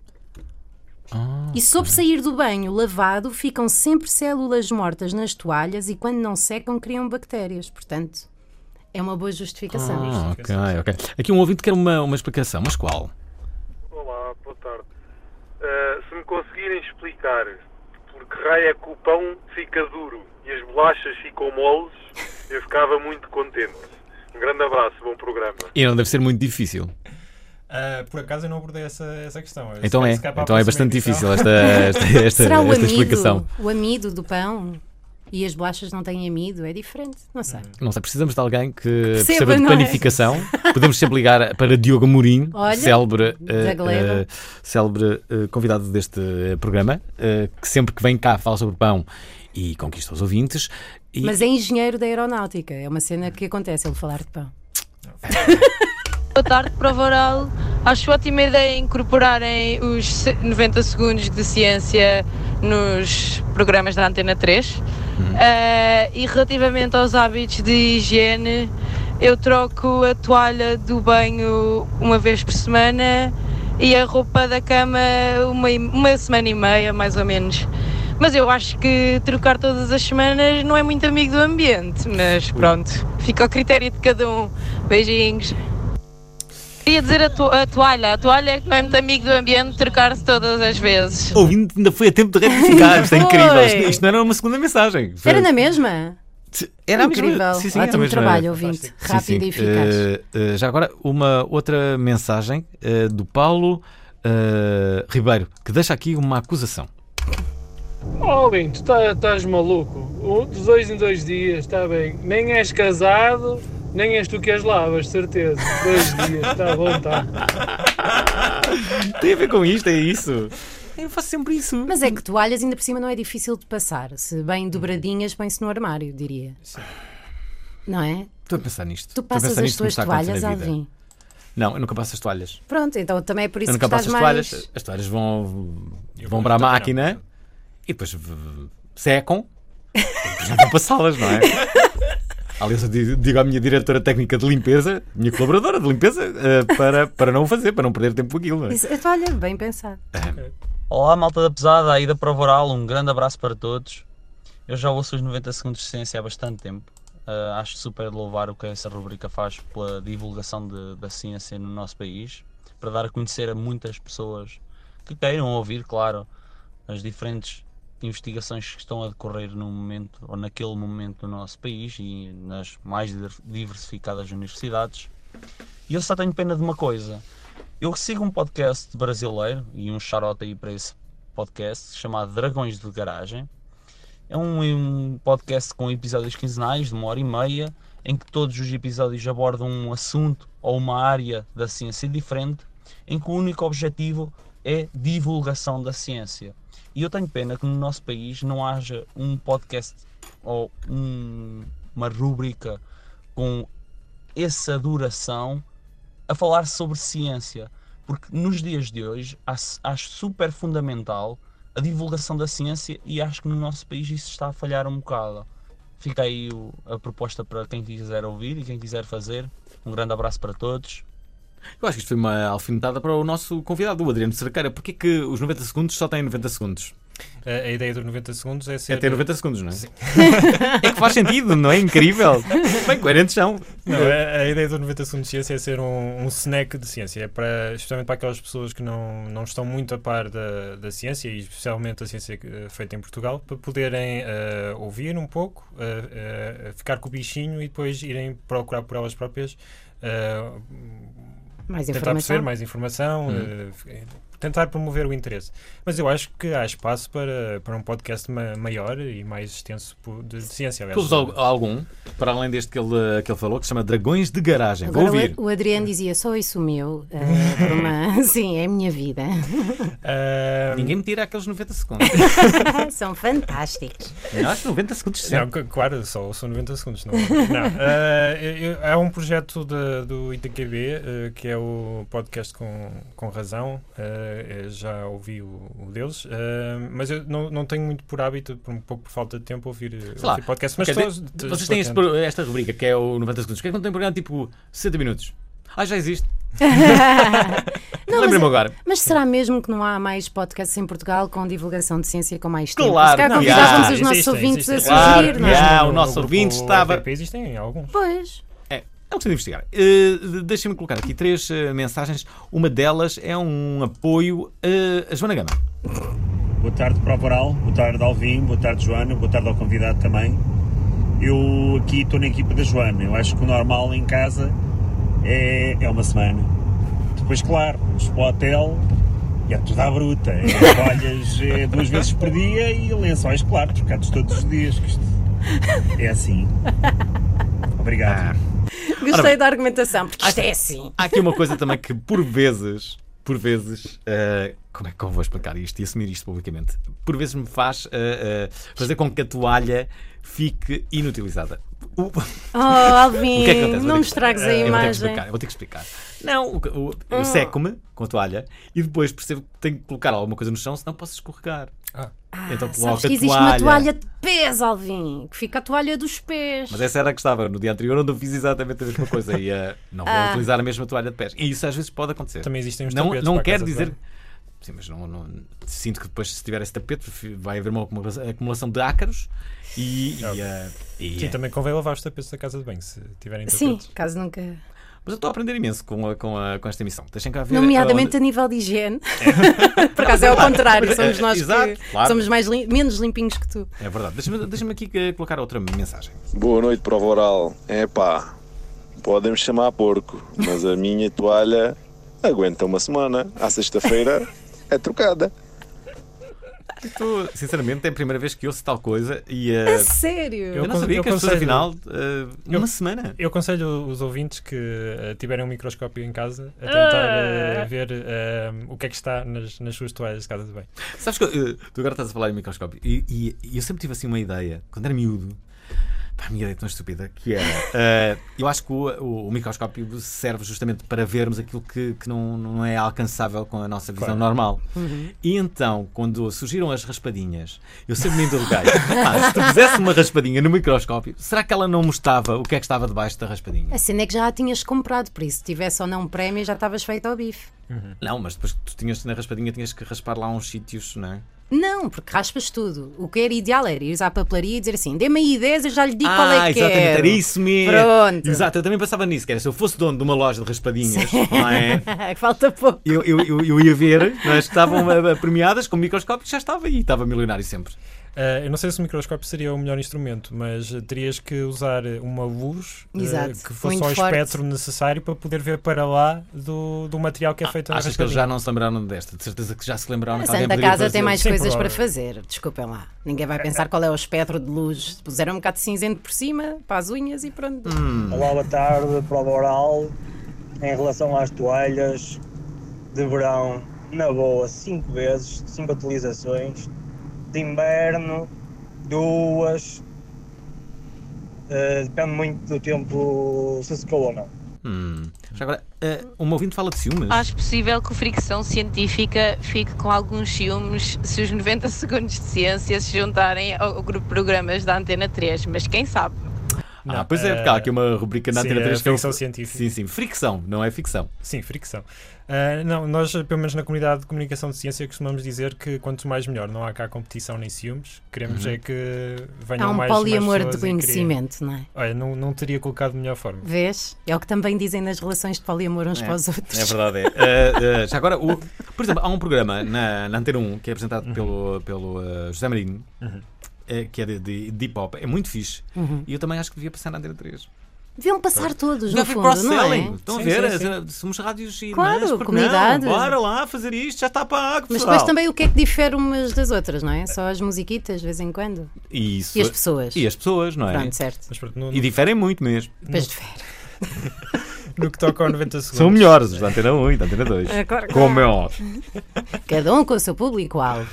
Oh, e sobre sair do banho lavado, ficam sempre células mortas nas toalhas e quando não secam criam bactérias. Portanto, é uma boa justificação. Oh, ok, ok. Aqui um ouvinte quer uma, uma explicação, mas qual? Olá, boa tarde. Uh, se me conseguirem explicar por que raio é que o pão fica duro e as bolachas ficam moles, eu ficava muito contente. Um grande abraço, bom programa. E não deve ser muito difícil. Uh, por acaso eu não abordei essa, essa questão. Eu então é, então é bastante edição. difícil esta, esta, esta, Será esta o amido, explicação. O amido do pão e as bolachas não têm amido, é diferente, não sei. Não sei, precisamos de alguém que perceba, perceba de planificação. É? Podemos sempre ligar para Diogo Amorim, Olha, célebre, uh, uh, célebre uh, convidado deste programa, uh, que sempre que vem cá fala sobre pão e conquista os ouvintes. E... Mas é engenheiro da aeronáutica, é uma cena que acontece ele falar de pão. Boa tarde, Prova Oral. Acho ótima ideia incorporarem os noventa segundos de ciência nos programas da Antena três. Uhum. Uh, e relativamente aos hábitos de higiene, eu troco a toalha do banho uma vez por semana e a roupa da cama uma, uma semana e meia, mais ou menos. Mas eu acho que trocar todas as semanas não é muito amigo do ambiente, mas pronto, fica ao critério de cada um. Beijinhos. Queria dizer a, to a toalha. A toalha é que não é muito amigo do ambiente, trocar-se todas as vezes. Ouvindo, ainda foi a tempo de retificar. Isto é incrível. Isto, isto não era uma segunda mensagem. Foi... Era na mesma? Era incrível. Mesma... Sim, sim, ótimo mesma... trabalho, ouvinte. Rápido sim, sim. e eficaz. Uh, uh, já agora, uma outra mensagem uh, do Paulo uh, Ribeiro, que deixa aqui uma acusação. Oh, Lin, tu tá, estás maluco. De dois em dois dias, está bem. Nem és casado... Nem és tu que as lavas, certeza. Dois dias, está bom, está. Tem a ver com isto, é isso. Eu faço sempre isso. Mas é que toalhas ainda por cima não é difícil de passar. Se bem dobradinhas, põe-se no armário, diria. Sim. Não é? Estou a pensar nisto. Tu passas as tuas toalhas, Alvin? Não, eu nunca passo as toalhas. Pronto, então também é por isso eu que nunca estás passo as mais... toalhas. As toalhas vão, vão para a máquina não. e depois secam e depois não vão passá-las, não é? Aliás, eu digo à minha diretora técnica de limpeza, minha colaboradora de limpeza, uh, para, para não o fazer, para não perder tempo com aquilo. É? Isso, olha, bem pensado. Olá, malta da pesada, aí da Prova Oral, um grande abraço para todos. Eu já ouço os noventa segundos de ciência há bastante tempo. Uh, acho super de louvar o que essa rubrica faz pela divulgação de, da ciência no nosso país, para dar a conhecer a muitas pessoas que queiram ouvir, claro, as diferentes investigações que estão a decorrer no momento ou naquele momento no nosso país e nas mais diversificadas universidades. E eu só tenho pena de uma coisa. Eu sigo um podcast brasileiro e um charote aí para esse podcast chamado Dragões de Garagem. É um, um podcast com episódios quinzenais de uma hora e meia, em que todos os episódios abordam um assunto ou uma área da ciência diferente, em que o único objetivo é divulgação da ciência. E eu tenho pena que no nosso país não haja um podcast ou um, uma rúbrica com essa duração a falar sobre ciência, porque nos dias de hoje acho super fundamental a divulgação da ciência e acho que no nosso país isso está a falhar um bocado. Fica aí o, a proposta para quem quiser ouvir e quem quiser fazer. Um grande abraço para todos. Eu acho que isto foi uma alfinetada para o nosso convidado, o Adriano Cerqueira. Porquê que os noventa segundos só têm noventa segundos? A, a ideia dos noventa segundos é ser... É ter noventa segundos, não é? Sim. É que faz sentido, não é? Incrível. Bem, coerentes são. Não, a, a ideia dos noventa segundos de ciência é ser um, um snack de ciência. É para, especialmente para aquelas pessoas que não, não estão muito a par da, da ciência, e especialmente a ciência feita em Portugal, para poderem uh, ouvir um pouco, uh, uh, ficar com o bichinho e depois irem procurar por elas próprias uh, mais tentar informação. perceber mais informação, hum. uh, tentar promover o interesse. Mas eu acho que há espaço para, para um podcast ma maior e mais extenso de, de ciência. Temos algum, para além deste que ele, que ele falou, que se chama Dragões de Garagem. Agora, vou ouvir. O Adriano dizia, só isso meu. Uh, por uma... Sim, é a minha vida. Uh... Ninguém me tira aqueles noventa segundos. São fantásticos. Eu acho noventa segundos sempre. Não, claro, só são noventa segundos. Não, não. Uh, eu, há um projeto de, do I T Q B, uh, que é o podcast Com, com Razão. Uh, já ouvi o, o deles, uh, mas eu não, não tenho muito por hábito, por um pouco por falta de tempo, ouvir, ouvir podcast. Mas okay, todos, de, vocês têm este, esta rubrica que é o noventa segundos. Porquê é que não tem programa tipo sessenta minutos? Ah, já existe. Lembrei-me agora. Mas será mesmo que não há mais podcasts em Portugal com divulgação de ciência com mais tempo? Claro, se calhar convidávamos os nossos existem, ouvintes existem. a sugerir, claro, não é? Yeah, o nosso ouvinte o, estava. O R T P existem alguns. Pois. É uma questão de investigar. Uh, Deixem-me colocar aqui três uh, mensagens. Uma delas é um apoio uh, a Joana Gama. Boa tarde, Prova Oral. Boa tarde, Alvin. Boa tarde, Joana. Boa tarde ao convidado também. Eu aqui estou na equipa da Joana. Eu acho que o normal em casa é, é uma semana. Depois, claro, vamos para o hotel e é tudo à bruta. É toalhas é, duas vezes por dia e lençóis, claro, trocados todos os dias. Que isto é assim. Obrigado. Gostei Ora bem, da argumentação, porque isto é assim. Há aqui uma coisa também que, por vezes, por vezes, uh, como é que eu vou explicar isto e assumir isto publicamente? Por vezes me faz uh, uh, fazer com que a toalha fique inutilizada. O... Oh, Alvin, o que é que acontece? não me estragues a eu imagem. Vou ter que explicar, eu vou ter que explicar. Não, o, o, eu seco-me com a toalha e depois percebo que tenho que colocar alguma coisa no chão, senão posso escorregar. Ah. Ah, então sabes que a existe toalha. uma toalha de pés, Alvin, que fica a toalha dos pés. Mas essa era a que estava no dia anterior, onde eu fiz exatamente a mesma coisa e uh, não vou Ah. utilizar a mesma toalha de pés. E isso às vezes pode acontecer. Também existem os Não, tapetes não para a quer casa de dizer. banho. Sim, mas não, não- sinto que depois, se tiver esse tapete, vai haver uma acumula- acumulação de ácaros e. e, Ok. uh, e- Sim, também convém lavar os tapetes da casa de banho, se tiverem Sim, tapetes. caso nunca. Mas eu estou a aprender imenso com, a- com, a- com esta emissão. Deixem cá ver. Nomeadamente onde- a nível de higiene. Por acaso é ao contrário, somos nós Exato, que claro. somos mais lim- menos limpinhos que tu. É verdade. Deixa-me deixa-me aqui eh, colocar outra mensagem. Boa noite, Prova Oral. É pá, podem-me chamar porco, mas a minha toalha aguenta uma semana. À sexta-feira é trocada. Estou, sinceramente, é a primeira vez que ouço tal coisa e. eh, A sério? Eu, não con- sabia eu que as pessoas, aconselho- afinal, eh, uma eu- semana. Eu aconselho os ouvintes que uh, tiverem um microscópio em casa a tentar uh, ver uh, o que é que está nas, nas suas toalhas de casa de banho. Sabes que eh, tu agora estás a falar em microscópio e, e- e eu sempre tive assim uma ideia, quando era miúdo, pá, a minha ideia é tão estúpida, que era, eh, eu acho que o, o- o microscópio serve justamente para vermos aquilo que, que não, não é alcançável com a nossa visão Claro. normal. Uhum. E então, quando surgiram as raspadinhas, eu sempre me interroguei, ah, se tu fizesse uma raspadinha no microscópio, será que ela não mostrava o que é que estava debaixo da raspadinha? A cena é que já a tinhas comprado, por isso, se tivesse ou não um prémio, já estavas feito ao bife. Não, mas depois que tu tinhas na raspadinha, tinhas que raspar lá uns sítios, não é? Não, porque raspas tudo. O que era ideal era ir à papelaria e dizer assim: dê-me aí dez, eu já lhe digo qual é que exatamente, quero. era isso mesmo. Pronto. Exato, eu também pensava nisso, que era se eu fosse dono de uma loja de raspadinhas, não é? Falta pouco. Eu, eu, eu, eu ia ver, não é? Que estavam uh, premiadas com microscópio, já estava aí, estava milionário sempre. Uh, eu não sei se o microscópio seria o melhor instrumento, mas uh, terias que usar uma luz uh, Exato, que fosse muito ao forte. espectro necessário para poder ver para lá do, do material que é feito na Achas que eles raspadinha. já não se lembraram desta? De certeza que já se lembraram A que alguém Santa poderia Casa fazer. tem mais Sim, coisas para provavelmente. fazer. Desculpem lá. Ninguém vai pensar qual é o espectro de luz. Puseram um bocado de cinzento por cima, para as unhas e pronto. Hum. Olá, boa tarde, prova oral. Em relação às toalhas de verão, na boa, cinco vezes, cinco utilizações. De inverno, duas. Uh, depende muito do tempo se secou ou não. Hum. Já agora, uh, uma ouvinte fala de ciúmes. Acho possível que o Fricção Científica fique com alguns ciúmes se os noventa segundos de ciência se juntarem ao grupo de programas da Antena três, mas quem sabe? Não, ah, pois é, porque há aqui uma rubrica na sim, Antena três que é o- ficção científica. Sim, sim, fricção, não é ficção. Sim, fricção. Uh, não, nós, pelo menos na comunidade de comunicação de ciência, costumamos dizer que quanto mais melhor. Não há cá competição nem ciúmes. Queremos Uhum. é que venham Há um mais, poliamor mais de pessoas e conhecimento, criem. não é? Olha, não, não teria colocado de melhor forma. Vês? É o que também dizem nas relações de poliamor uns É, para os outros. É verdade, é. Uh, uh, já agora, o- por exemplo, há um programa na, na Antena um que é apresentado Uhum. pelo, pelo uh, José Marino, Uhum. eh, que é de, de, de hip-hop. É muito fixe. Uhum. E eu também acho que devia passar na Antena três. Deviam passar todos, Devia no haver fundo, não cross-selling. é? Estão Sim, a ver? sim, sim. As- Somos rádios irmãs. Claro, porque comunidade. Não? Bora lá fazer isto, já está pago, Mas pessoal. depois também o que é que difere umas das outras, não é? Só as musiquitas, de vez em quando. E, isso- E as pessoas. E as pessoas, não é? Pronto, certo. Mas pronto, no, E diferem muito mesmo. Depois difere. no que toca aos noventa segundos. São melhores os da Antena um e da Antena dois. É, claro que Como é é. óbvio. Cada um com o seu público-alvo.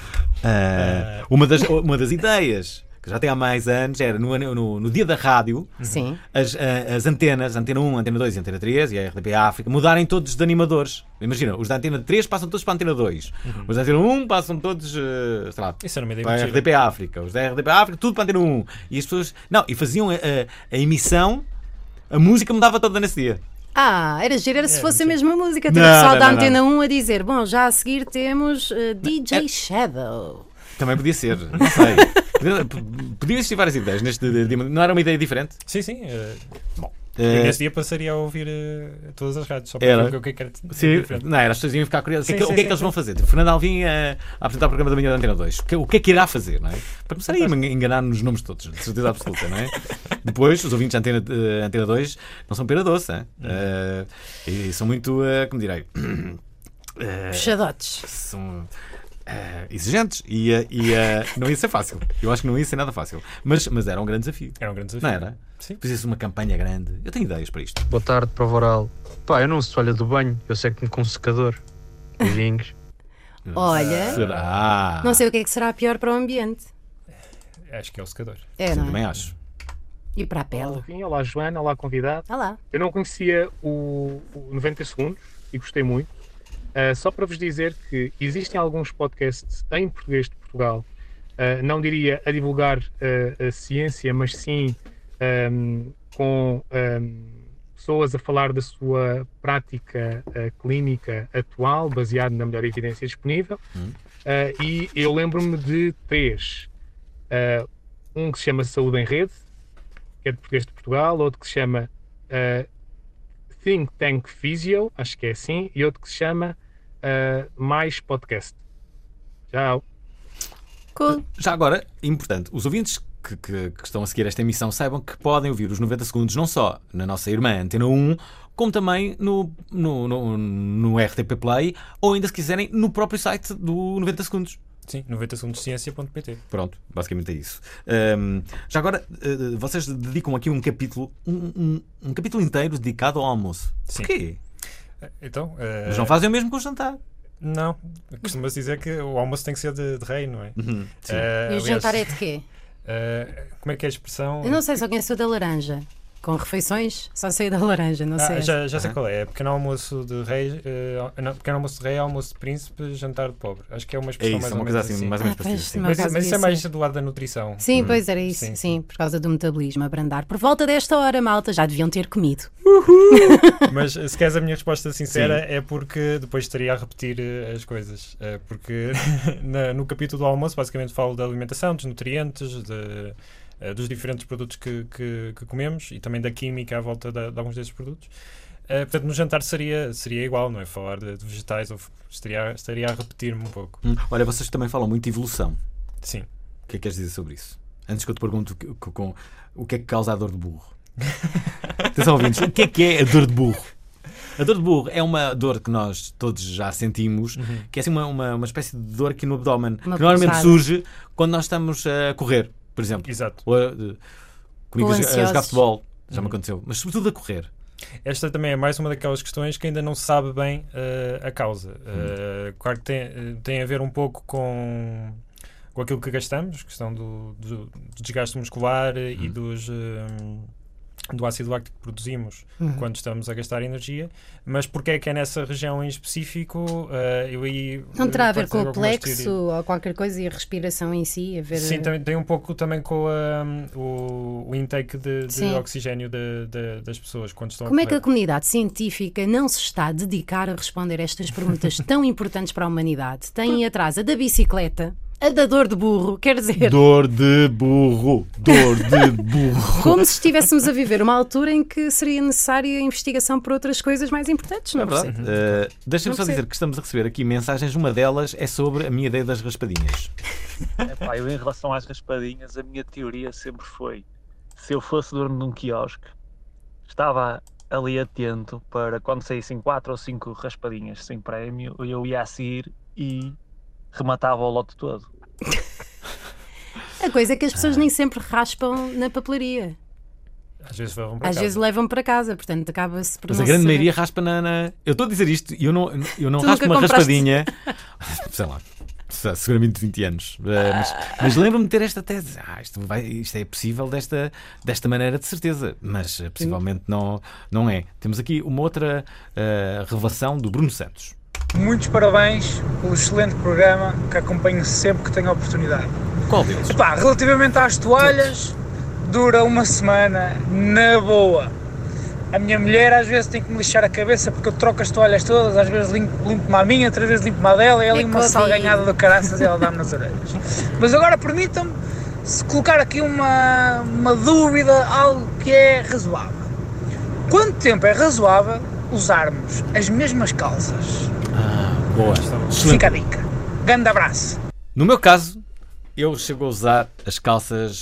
Ah, uma, das, uma das ideias que já tem há mais anos era no, no, no dia da rádio Sim. as, ah, as antenas, Antena um, Antena dois e Antena três e a R D P África mudarem todos de animadores. Imagina, os da Antena três passam todos para a Antena dois, Uhum. os da Antena um passam todos ah, sei lá, Isso era uma ideia para a muito R D P África, os da R D P África tudo para a Antena um. E as pessoas não, e faziam a, a, a emissão, a música mudava toda nesse dia. Ah, era giro, era se É, fosse a não mesma música. Ter o Não, pessoal não, da não, Antena um a dizer: bom, já a seguir temos uh, D J É- Shadow. Também podia ser, não sei. Podia- Podiam existir várias ideias neste dia. Não era uma ideia diferente? Sim, sim. Uh, bom, Eh, eu nesse dia passaria a ouvir uh, todas as rádios, só para Era. ver o que é que era Sim, diferente. não, era, as pessoas iam ficar curiosas. O que, é Sim, que- o sim, que é que sim, eles vão sim. fazer? Tipo, Fernando Alvim a, a apresentar o programa da manhã da Antena dois. O que, o que é que irá fazer, não é? Para começar a enganar nos nomes todos, de certeza absoluta, não é? Depois, os ouvintes da Antena, eh, Antena dois não são pera doce, hein? Eh, e são muito, eh, como direi, eh, Puxadotes. são eh, exigentes e, eh, e eh, não ia ser fácil. Eu acho que não ia ser nada fácil. Mas, mas era um grande desafio. Era um grande desafio. Não era? Sim. Fizesse uma campanha grande. Eu tenho ideias para isto. Boa tarde, prova oral. Pá, eu não uso toalha do banho, eu seco-me com um secador. Beijinhos. Olha, Será? não sei o que é que será pior para o ambiente. Acho que é o secador. É, Sim, não também é? acho. E para a Olá, pele. olá, Joana, olá, convidado. Olá. Eu não conhecia o, o noventa segundos e gostei muito. Uh, só para vos dizer que existem alguns podcasts em português de Portugal, uh, não diria a divulgar uh, a ciência, mas sim um, com um, pessoas a falar da sua prática uh, clínica atual, baseado na melhor evidência disponível. Hum. Uh, e eu lembro-me de três. Uh, um que se chama Saúde em Rede, que é de português de Portugal, outro que se chama uh, Think Tank Physio, acho que é assim, e outro que se chama uh, Mais Podcast. Tchau. Cool. Já agora, importante, os ouvintes que, que- que estão a seguir esta emissão saibam que podem ouvir os noventa segundos não só na nossa irmã Antena um, como também no, no, no, no R T P Play, ou ainda se quiserem no próprio site do noventa segundos. Sim, noventa segundos de ciência ponto pt. Pronto, basicamente é isso. Ahm, já agora, eh, vocês dedicam aqui um capítulo, um, um- um capítulo inteiro dedicado ao almoço. Sim. Porquê? Então, uh, Mas não fazem o mesmo com o jantar. Não, costuma-se dizer que o almoço tem que ser de, de rei, não é? Uhum, sim. Uh, E o aliás, jantar é de quê? uh, como é que é a expressão? Eu não sei, só conheço o da laranja. Com refeições, só sei da laranja, não sei. Ah, já, já sei Ah. qual é. É pequeno almoço de rei, uh, não, pequeno almoço de rei, almoço de príncipe, jantar de pobre. Acho que é uma É expressão isso, mais uma ou coisa menos assim, assim. mais ou menos Ah, parecida. pois, sim. no Mas, caso mas isso é devia mais ser. do lado da nutrição. Sim, Hum. pois era isso, Sim, sim, por causa do metabolismo abrandar. Por volta desta hora, malta, já deviam ter comido. Mas se queres a minha resposta sincera é porque depois estaria a repetir eh, as coisas. Eh, Porque na- no capítulo do almoço basicamente falo da alimentação, dos nutrientes, de, eh, dos diferentes produtos que, que- que comemos e também da química à volta da- de alguns desses produtos. Eh, portanto, no jantar seria, seria igual, não é? Falar de, de vegetais, ou f- estaria, estaria a repetir-me um pouco. Hum, Olha, vocês também falam muito de evolução. Sim. O que é que queres dizer sobre isso? Antes que eu te pergunte o que, com- com- o que é que causa a dor de burro. Atenção, ouvintes, o que é que é a dor de burro? A dor de burro é uma dor que nós todos já sentimos, Uhum. que é assim uma, uma, uma espécie de dor aqui no abdômen, Uma que normalmente pesada. surge quando nós estamos a correr, por exemplo. Exato. Ou a, eh, comigo Ou a, a jogar ansiosos. futebol, já me Uhum. aconteceu, mas sobretudo a correr. Esta também é mais uma daquelas questões que ainda não se sabe bem eh, a causa. Eh, claro que tem, eh, tem a ver um pouco com, com aquilo que gastamos, questão do, do, do desgaste muscular eh, e dos, eh, do ácido láctico que produzimos Uhum. quando estamos a gastar energia, mas porque é que é nessa região em específico? Uh, eu aí, Não terá a ver pode com ter o algumas plexo teorias. ou qualquer coisa e a respiração em si? A ver... Sim, tem, tem um pouco também com a, o, o intake de, de Sim. oxigênio de, de, das pessoas quando estão Como a é que a correr. comunidade científica não se está a dedicar a responder estas perguntas tão importantes para a humanidade? Tem atrás a da bicicleta, a da dor de burro, quer dizer, Dor de burro, dor de burro. como se estivéssemos a viver uma altura em que seria necessária investigação por outras coisas mais importantes, não É verdade. percebo. Uh, Deixa-me Não só percebo. dizer que estamos a receber aqui mensagens. Uma delas é sobre a minha ideia das raspadinhas. Epá, eu em relação às raspadinhas, a minha teoria sempre foi: se eu fosse dono de um quiosque, estava ali atento para quando saíssem quatro ou cinco raspadinhas sem prémio, eu ia a seguir e rematava o lote todo. A coisa é que as pessoas nem sempre raspam na papelaria. Às vezes levam para Às casa. vezes levam para casa, portanto acaba-se por Mas não a grande saber. maioria raspa na, na- Eu estou a dizer isto e eu não, eu não Tu raspo nunca uma compraste? raspadinha. Sei lá. Seguramente vinte anos. Uh, mas mas lembro-me de ter esta tese. Ah, isto, vai, isto é possível desta, desta maneira, de certeza. Mas uh, possivelmente não, não é. Temos aqui uma outra uh, revelação do Bruno Santos. Muitos parabéns pelo excelente programa que acompanho sempre que tenho a oportunidade. Qual deles? Epá, relativamente às toalhas, dura uma semana na boa. A minha mulher às vezes tem que me lixar a cabeça porque eu troco as toalhas todas, às vezes limpo- limpo-me a minha, outras vezes limpo-me a dela, e ela É uma Covid. salganhada do caraças e ela dá-me nas orelhas. Mas agora permitam-me se colocar aqui uma, uma dúvida, algo que é razoável. Quanto tempo é razoável usarmos as mesmas calças? Boa. Fica a dica. Grande abraço. No meu caso, eu chego a usar as calças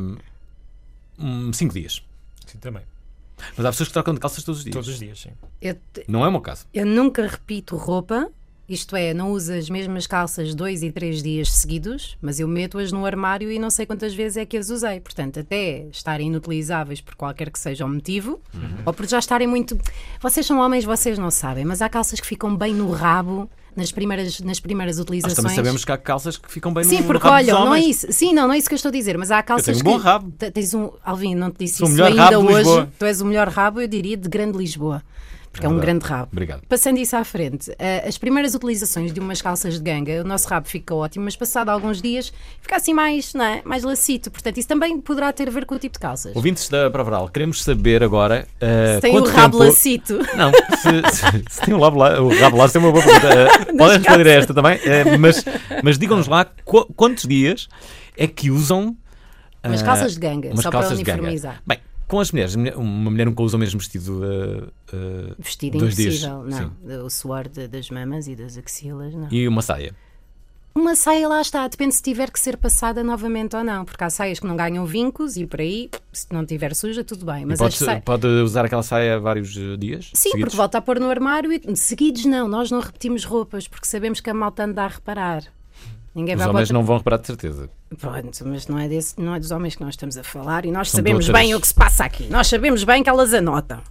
cinco dias. Sim, também. Mas há pessoas que trocam de calças todos os dias. Todos os dias, sim. Eu, te- Não é o meu caso. eu nunca repito roupa, isto é, não uso as mesmas calças dois e três dias seguidos, mas eu meto-as no armário e não sei quantas vezes é que as usei. Portanto, até estarem inutilizáveis por qualquer que seja o motivo, ou por já estarem muito. Vocês são homens, vocês não sabem, mas há calças que ficam bem no rabo nas primeiras, nas primeiras Nós utilizações. também sabemos que há calças que ficam bem no, Sim, no porque rabo olha, dos não é homens. isso. Sim, não, não é isso que eu estou a dizer, mas há calças tenho um bom que. rabo. Te- Tens um. Alvin, não te disse Sou o isso melhor ainda rabo de hoje. Lisboa. Tu és o melhor rabo, eu diria, de Grande Lisboa. Porque é, um verdade. grande rabo. Obrigado. Passando isso à frente, eh, as primeiras utilizações de umas calças de ganga, o nosso rabo fica ótimo, mas passado alguns dias fica assim mais, não é? Mais lacito. Portanto, isso também poderá ter a ver com o tipo de calças. Ouvintes da Prova Oral, queremos saber agora. Uh, Se tem o quanto rabo tempo... lacito. Não, se, se, se tem o rabo lá, o rabo lá, se tem uma boa pergunta. Uh, podem responder a esta também, uh, mas, mas digam-nos lá qu- quantos dias é que usam. Uh, Umas calças de ganga, umas só para calças de ganga. uniformizar. Bem, com as mulheres, uma mulher nunca usa o mesmo vestido. Uh, uh, Vestido dois dias. impossível, não. Sim. O suor de- das mamas e das axilas, não. E uma saia. Uma saia lá está, depende se tiver que ser passada novamente ou não, porque há saias que não ganham vincos e por aí, se não tiver suja, tudo bem. Mas E pode, as sa... pode usar aquela saia vários uh, dias? Sim, seguidos? porque volta a pôr no armário e seguidos não, nós não repetimos roupas porque sabemos que a malta anda a reparar. Ninguém Os vai homens botar- não vão reparar de certeza. Pronto, mas não é, desse, não é dos homens que nós estamos a falar e nós São sabemos de outras- bem o que se passa aqui. Nós sabemos bem que elas anotam.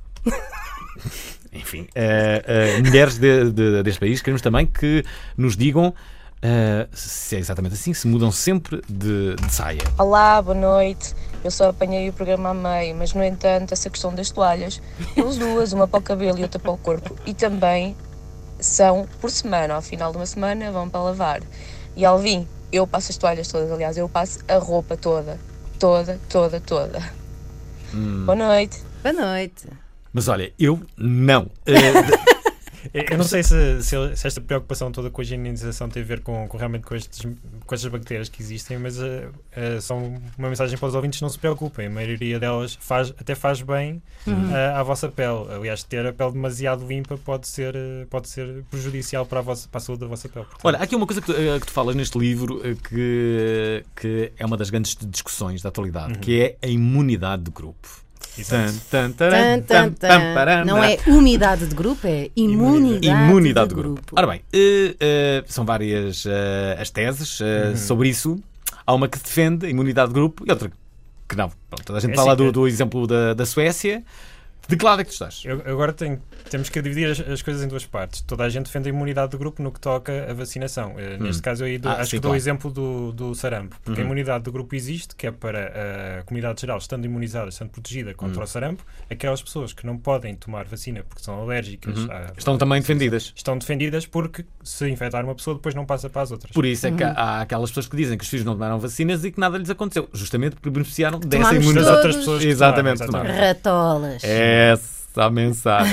Enfim, uh, uh, mulheres de, de- deste país, queremos também que nos digam uh, se é exatamente assim, se mudam sempre de, de saia. Olá, boa noite. Eu só apanhei o programa a meio, mas no entanto, essa questão das toalhas, eu uso duas, uma para o cabelo e outra para o corpo. E também são por semana, ao final de uma semana vão para lavar. E Alvin, eu passo as toalhas todas, aliás, eu passo a roupa toda, toda, toda, toda. Hum. Boa noite. Boa noite. Mas olha, eu não. Uh, Eu não sei se, se, se esta preocupação toda com a higienização tem a ver com, com realmente com, estes, com estas bactérias que existem, mas uh, uh, são uma mensagem para os ouvintes: não se preocupem, a maioria delas faz, até faz bem Uhum. uh, à vossa pele. Aliás, ter a pele demasiado limpa pode ser, uh, pode ser prejudicial para a, vossa, para a saúde da vossa pele. Portanto, olha, há aqui uma coisa que tu, uh, que tu falas neste livro uh, que, que é uma das grandes discussões da atualidade, Uhum. que é a imunidade de grupo. Exato. Tan, tan, Tan, taran, tan, tam, tan. pam, param, Não param. é umidade de grupo, é imunidade, Imunidade de de grupo. grupo. Ora bem, uh, uh, são várias uh, as teses uh, Uhum. sobre isso. Há uma que defende a imunidade de grupo e outra que não. Pronto, toda a gente É fala assim, do, é- do exemplo da, da Suécia. De que lado é que tu estás? Eu, agora tenho, temos que dividir as, as coisas em duas partes. Toda a gente defende a imunidade do grupo no que toca a vacinação. Uh, neste hum. caso, eu dou, ah, acho sim, que dou o claro. exemplo do, do sarampo. Porque uhum. a imunidade do grupo existe, que é para a comunidade geral, estando imunizada, estando protegida contra uhum. o sarampo. Aquelas pessoas que não podem tomar vacina porque são alérgicas uhum. à, estão à, também defendidas. Estão defendidas porque se infectar uma pessoa, depois não passa para as outras. Por isso é que uhum. há aquelas pessoas que dizem que os filhos não tomaram vacinas e que nada lhes aconteceu. Justamente porque beneficiaram dessa Tomámos imunidade. todos. Outras pessoas que Exatamente. tomaram, exatamente. Ratolas. Essa a mensagem.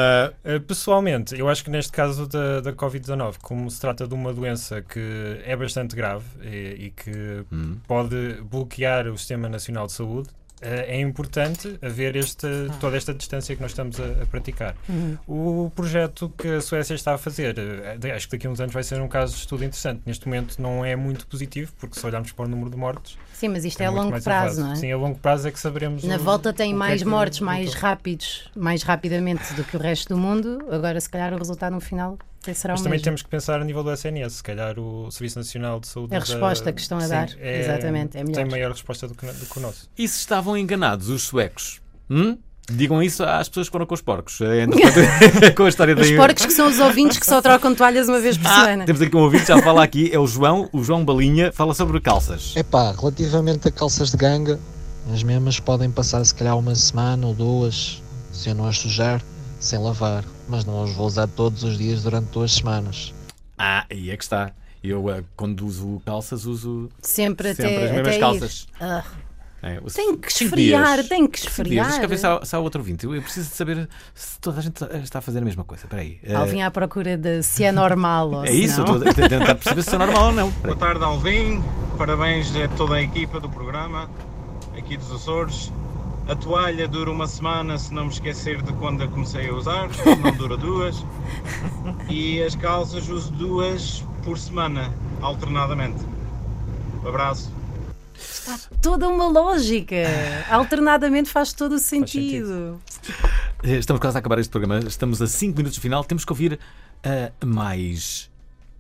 uh, uh, pessoalmente, eu acho que neste caso da, da covid dezanove, como se trata de uma doença que é bastante grave e, e que hum. pode bloquear o Sistema Nacional de Saúde, é importante haver este, toda esta distância que nós estamos a, a praticar. Uhum. O projeto que a Suécia está a fazer, acho que daqui a uns anos vai ser um caso de estudo interessante. Neste momento não é muito positivo, porque se olharmos para o número de mortes... Sim, mas isto é, é a longo mais prazo, elevado. não é? Sim, a longo prazo é que saberemos... Na o, volta tem o mais que é mortes, que mais voltou. rápidos, mais rapidamente do que o resto do mundo. Agora, se calhar, o resultado no final será Mas o também mesmo. temos que pensar a nível do S N S. Se calhar o Serviço Nacional de Saúde... A resposta da... que estão a Sim, dar, é... exatamente, é melhor. Tem maior resposta do que, do que o nosso. E se estavam enganados os suecos? Hum? Digam isso às pessoas que foram com os porcos. Com a história Os da... porcos que são os ouvintes que só trocam toalhas uma vez por ah, semana. Temos aqui um ouvinte, já fala aqui, é o João, o João Balinha, fala sobre calças. Epá, relativamente a calças de ganga, as mesmas podem passar se calhar uma semana ou duas, se eu não as sujar, sem lavar, mas não as vou usar todos os dias durante duas semanas. Ah, aí é que está. Eu, quando uso calças, uso sempre, sempre até, as mesmas até calças. Ah. É, o, tem que esfriar, dias, tem que esfriar. Deixa eu ver se há, se há outro ouvinte. Eu preciso de saber se toda a gente está a fazer a mesma coisa. Espera aí. Alvin à procura de se é normal ou é se isso, não. estou a tentar perceber se é normal ou não. Boa tarde, Alvin. Parabéns a toda a equipa do programa, aqui dos Açores. A toalha dura uma semana, se não me esquecer de quando a comecei a usar, não dura duas. E as calças uso duas por semana, alternadamente. Um abraço. Está toda uma lógica. Alternadamente faz todo o sentido. sentido. Estamos quase a acabar este programa. Estamos a cinco minutos do final. Temos que ouvir uh, mais.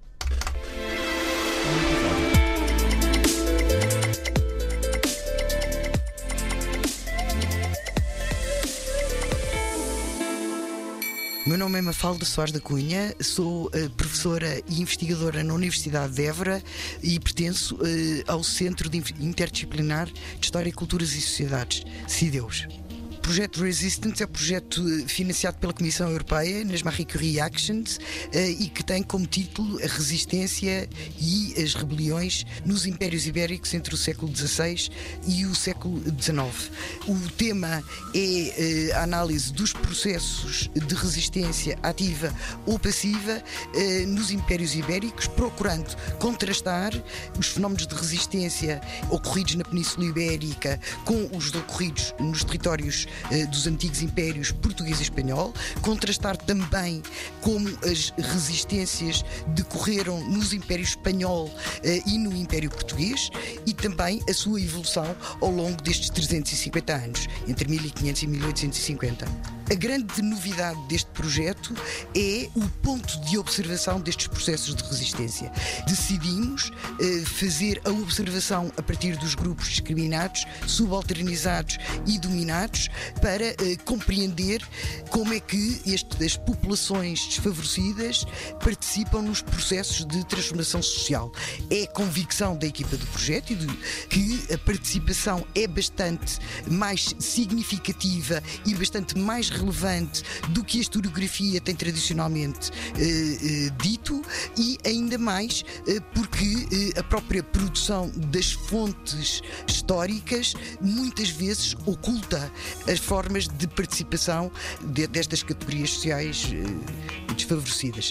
O meu nome é Mafalda Soares da Cunha, sou uh, professora e investigadora na Universidade de Évora e pertenço uh, ao Centro de Interdisciplinar de História, Culturas e Sociedades, CIDEUS. O projeto Resistance é um projeto financiado pela Comissão Europeia nas Marie Curie Actions e que tem como título a resistência e as rebeliões nos Impérios Ibéricos entre o século dezasseis e o século dezenove. O tema é a análise dos processos de resistência ativa ou passiva nos Impérios Ibéricos, procurando contrastar os fenómenos de resistência ocorridos na Península Ibérica com os ocorridos nos territórios dos antigos impérios português e espanhol, contrastar também como as resistências decorreram nos impérios espanhol e no Império Português e também a sua evolução ao longo destes trezentos e cinquenta anos, entre mil e quinhentos e mil oitocentos e cinquenta. A grande novidade deste projeto é o ponto de observação destes processos de resistência. Decidimos uh, fazer a observação a partir dos grupos discriminados, subalternizados e dominados para uh, compreender como é que este, as populações desfavorecidas participam nos processos de transformação social. É a convicção da equipa do projeto e de, que a participação é bastante mais significativa e bastante mais relevante do que a historiografia tem tradicionalmente eh, eh, dito e ainda mais eh, porque eh, a própria produção das fontes históricas muitas vezes oculta as formas de participação de, destas categorias sociais eh, desfavorecidas.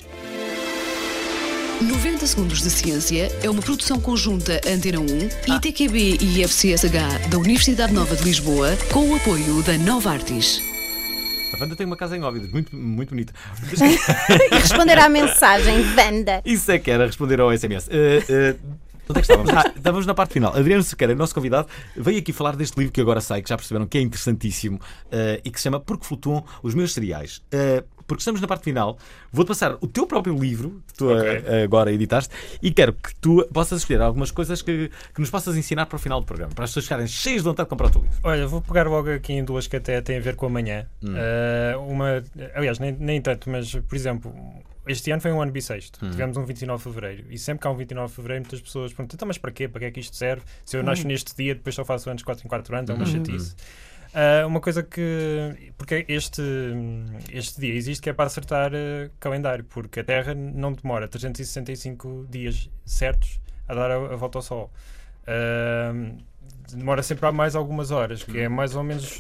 noventa segundos de Ciência é uma produção conjunta Antena um, I T Q B e I F C S H da Universidade Nova de Lisboa, com o apoio da Nova Artis. A Wanda tem uma casa em Óbidos, muito, muito bonita. E responder à mensagem, Wanda. Isso é que era responder ao S M S. Uh, uh, onde é que estávamos? Ah, estávamos na parte final. Adriano Sequeira, nosso convidado, veio aqui falar deste livro que agora sai, que já perceberam que é interessantíssimo uh, e que se chama Porque Flutuam os Meus Cereais. Uh, porque estamos na parte final. Vou-te passar o teu próprio livro, que tu Ok. uh, agora editaste, e quero que tu possas escolher algumas coisas que, que nos possas ensinar para o final do programa, para as pessoas ficarem cheias de vontade de comprar o teu livro. Olha, vou pegar logo aqui em duas que até têm a ver com amanhã. Hum. Uh, uma, aliás, nem, nem tanto, mas, por exemplo, este ano foi um ano bissexto. Hum. Tivemos um vinte e nove de fevereiro. E sempre que há um vinte e nove de fevereiro, muitas pessoas perguntam: então, mas para quê? Para que é que isto serve? Se eu nasço Hum. neste dia, depois só faço anos quatro em quatro anos, é uma Hum. chatice. Uh, uma coisa que. Porque este, este dia existe que é para acertar uh, calendário, porque a Terra não demora trezentos e sessenta e cinco dias certos a dar a, a volta ao Sol. Uh, demora sempre mais algumas horas, que é mais ou menos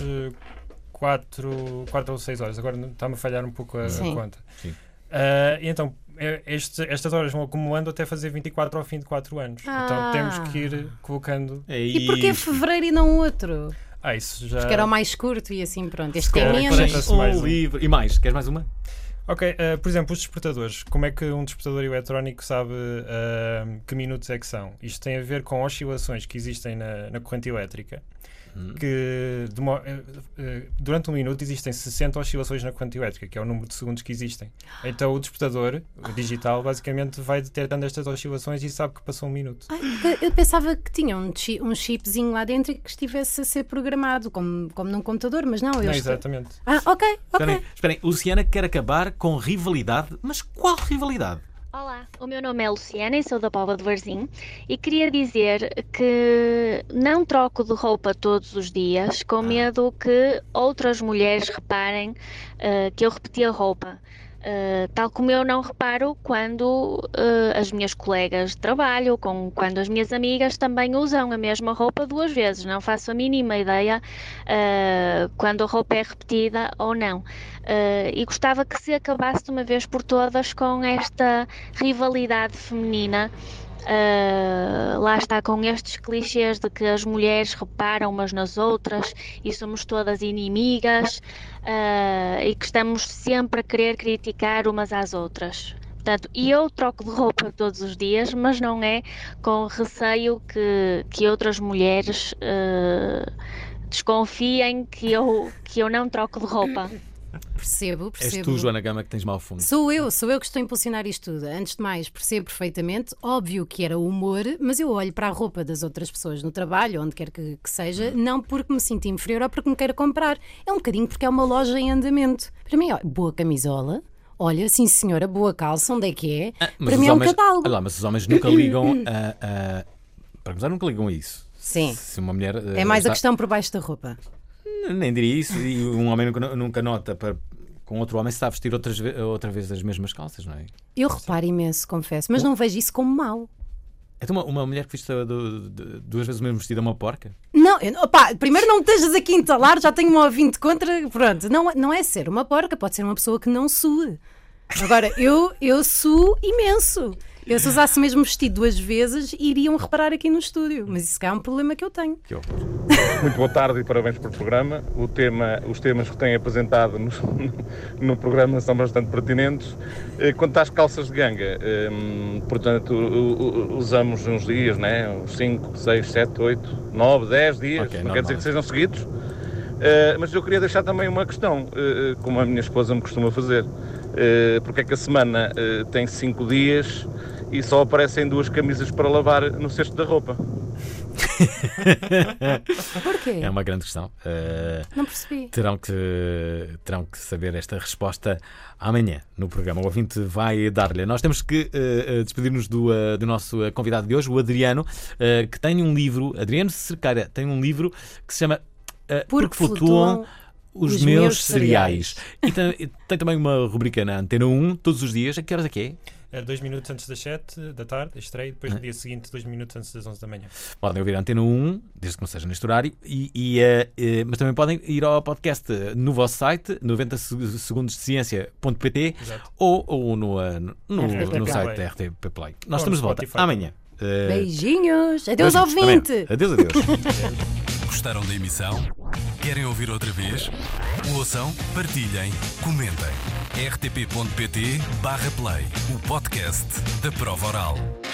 quatro ou seis horas. Agora está-me a falhar um pouco a, a Sim. conta. Sim. Uh, e então, é- este, estas horas vão acumulando até fazer vinte e quatro ao fim de quatro anos. Ah. Então temos que ir colocando. E porquê fevereiro e não outro? Ah, isso já. Porque era o mais curto e assim, pronto. Este Se tem calhar menos. acrescenta-se mais Um um. livro. E mais? Queres mais uma? Ok, uh, por exemplo, os despertadores. Como é que um despertador eletrónico sabe uh, que minutos é que são? Isto tem a ver com oscilações que existem na, na corrente elétrica. Que demo- uh, uh, durante um minuto existem sessenta oscilações na corrente elétrica, que é o número de segundos que existem. Então o despertador, o digital, basicamente vai detectando estas oscilações e sabe que passou um minuto. Ai, eu pensava que tinha um, chi- um chipzinho lá dentro e que estivesse a ser programado, como, como num computador, mas não. Não, eles- exatamente. Ah, ok, ok. Esperem, esperem. Luciana quer acabar com rivalidade, mas qual rivalidade? Olá, o meu nome é Luciana e sou da Póvoa de Varzim e queria dizer que não troco de roupa todos os dias com medo que outras mulheres reparem uh, que eu repeti a roupa. Uh, tal como eu não reparo quando uh, as minhas colegas de trabalho, com, quando as minhas amigas também usam a mesma roupa duas vezes. Não faço a mínima ideia uh, quando a roupa é repetida ou não. Uh, e gostava que se acabasse de uma vez por todas com esta rivalidade feminina. Uh, lá está, com estes clichês de que as mulheres reparam umas nas outras e somos todas inimigas, uh, e que estamos sempre a querer criticar umas às outras. Portanto, e eu troco de roupa todos os dias, mas não é com receio que, que outras mulheres uh, desconfiem que eu, que eu não troco de roupa. Percebo, percebo. És tu, Joana Gama, que tens mau fundo. Sou eu, sou eu que estou a impulsionar isto tudo. Antes de mais, percebo perfeitamente, óbvio que era humor, mas eu olho para a roupa das outras pessoas no trabalho, onde quer que, que seja, não porque me sinto inferior ou porque me queira comprar. É um bocadinho porque é uma loja em andamento. Para mim, ó, boa camisola, olha, sim senhora, boa calça, onde é que é? Ah, mas para os mim é um homens- catálogo. Olha lá, mas os homens nunca ligam a. a- Para começar, nunca ligam a isso. Sim. Se uma mulher. É mais a questão por baixo da roupa. Nem diria isso. E um homem nunca, nunca nota para, com outro homem se está a vestir outras, ve- outra vez as mesmas calças, não é? Eu reparo imenso, confesso, mas não vejo isso como mau. Então, uma, uma mulher que viste do- do- duas vezes o mesmo vestido é uma porca? Não, eu, opá, primeiro não me estejas aqui a entalar, já tenho um ouvinte contra. Pronto, não, não é ser uma porca, pode ser uma pessoa que não sue. Agora, eu, eu suo imenso. Eu, se usasse o mesmo vestido duas vezes, iriam reparar aqui no estúdio. Mas isso cá é um problema que eu tenho. Que horror. Muito boa tarde e parabéns pelo programa. O tema, os temas que têm apresentado no, no programa são bastante pertinentes. Eh, Quanto às calças de ganga, hum, portanto, u- u- usamos uns dias, né? Uns cinco, seis, sete, oito, nove, dez dias. Ok, Não normal. quer dizer que sejam seguidos. Eh, mas eu queria deixar também uma questão, eh, como a minha esposa me costuma fazer. Eh, porque é que a semana eh, tem cinco dias e só aparecem duas camisas para lavar no cesto da roupa? Porquê? É uma grande questão. Uh, Não percebi. Terão que, terão que saber esta resposta amanhã no programa. O ouvinte vai dar-lhe. Nós temos que uh, uh, despedir-nos do, uh, do nosso uh, convidado de hoje, o Adriano, uh, que tem um livro. Adriano Cerqueira tem um livro que se chama uh, Porque, Flutuam os, os Meus, Meus Cereais. E tem, e tem também uma rubrica na Antena um, todos os dias. A que horas é que é? É dois minutos antes das sete da tarde, estreia, e depois no dia seguinte, dois minutos antes das onze da manhã. Podem ouvir a Antena um, desde que não seja neste horário, e, e, eh, eh, mas também podem ir ao podcast eh, no vosso site, noventa segundos de ciência ponto pt, ou, ou no, eh, no, no, R T P no Play. site da R T P Play. Nós Ou no estamos de volta Spotify. amanhã. Eh, Beijinhos. Adeus, beijinhos. ouvinte. Amanhã. Adeus, adeus. Gostaram da emissão? Querem ouvir outra vez? Ouçam, partilhem, comentem. r t p ponto p t barra play, o podcast da Prova Oral.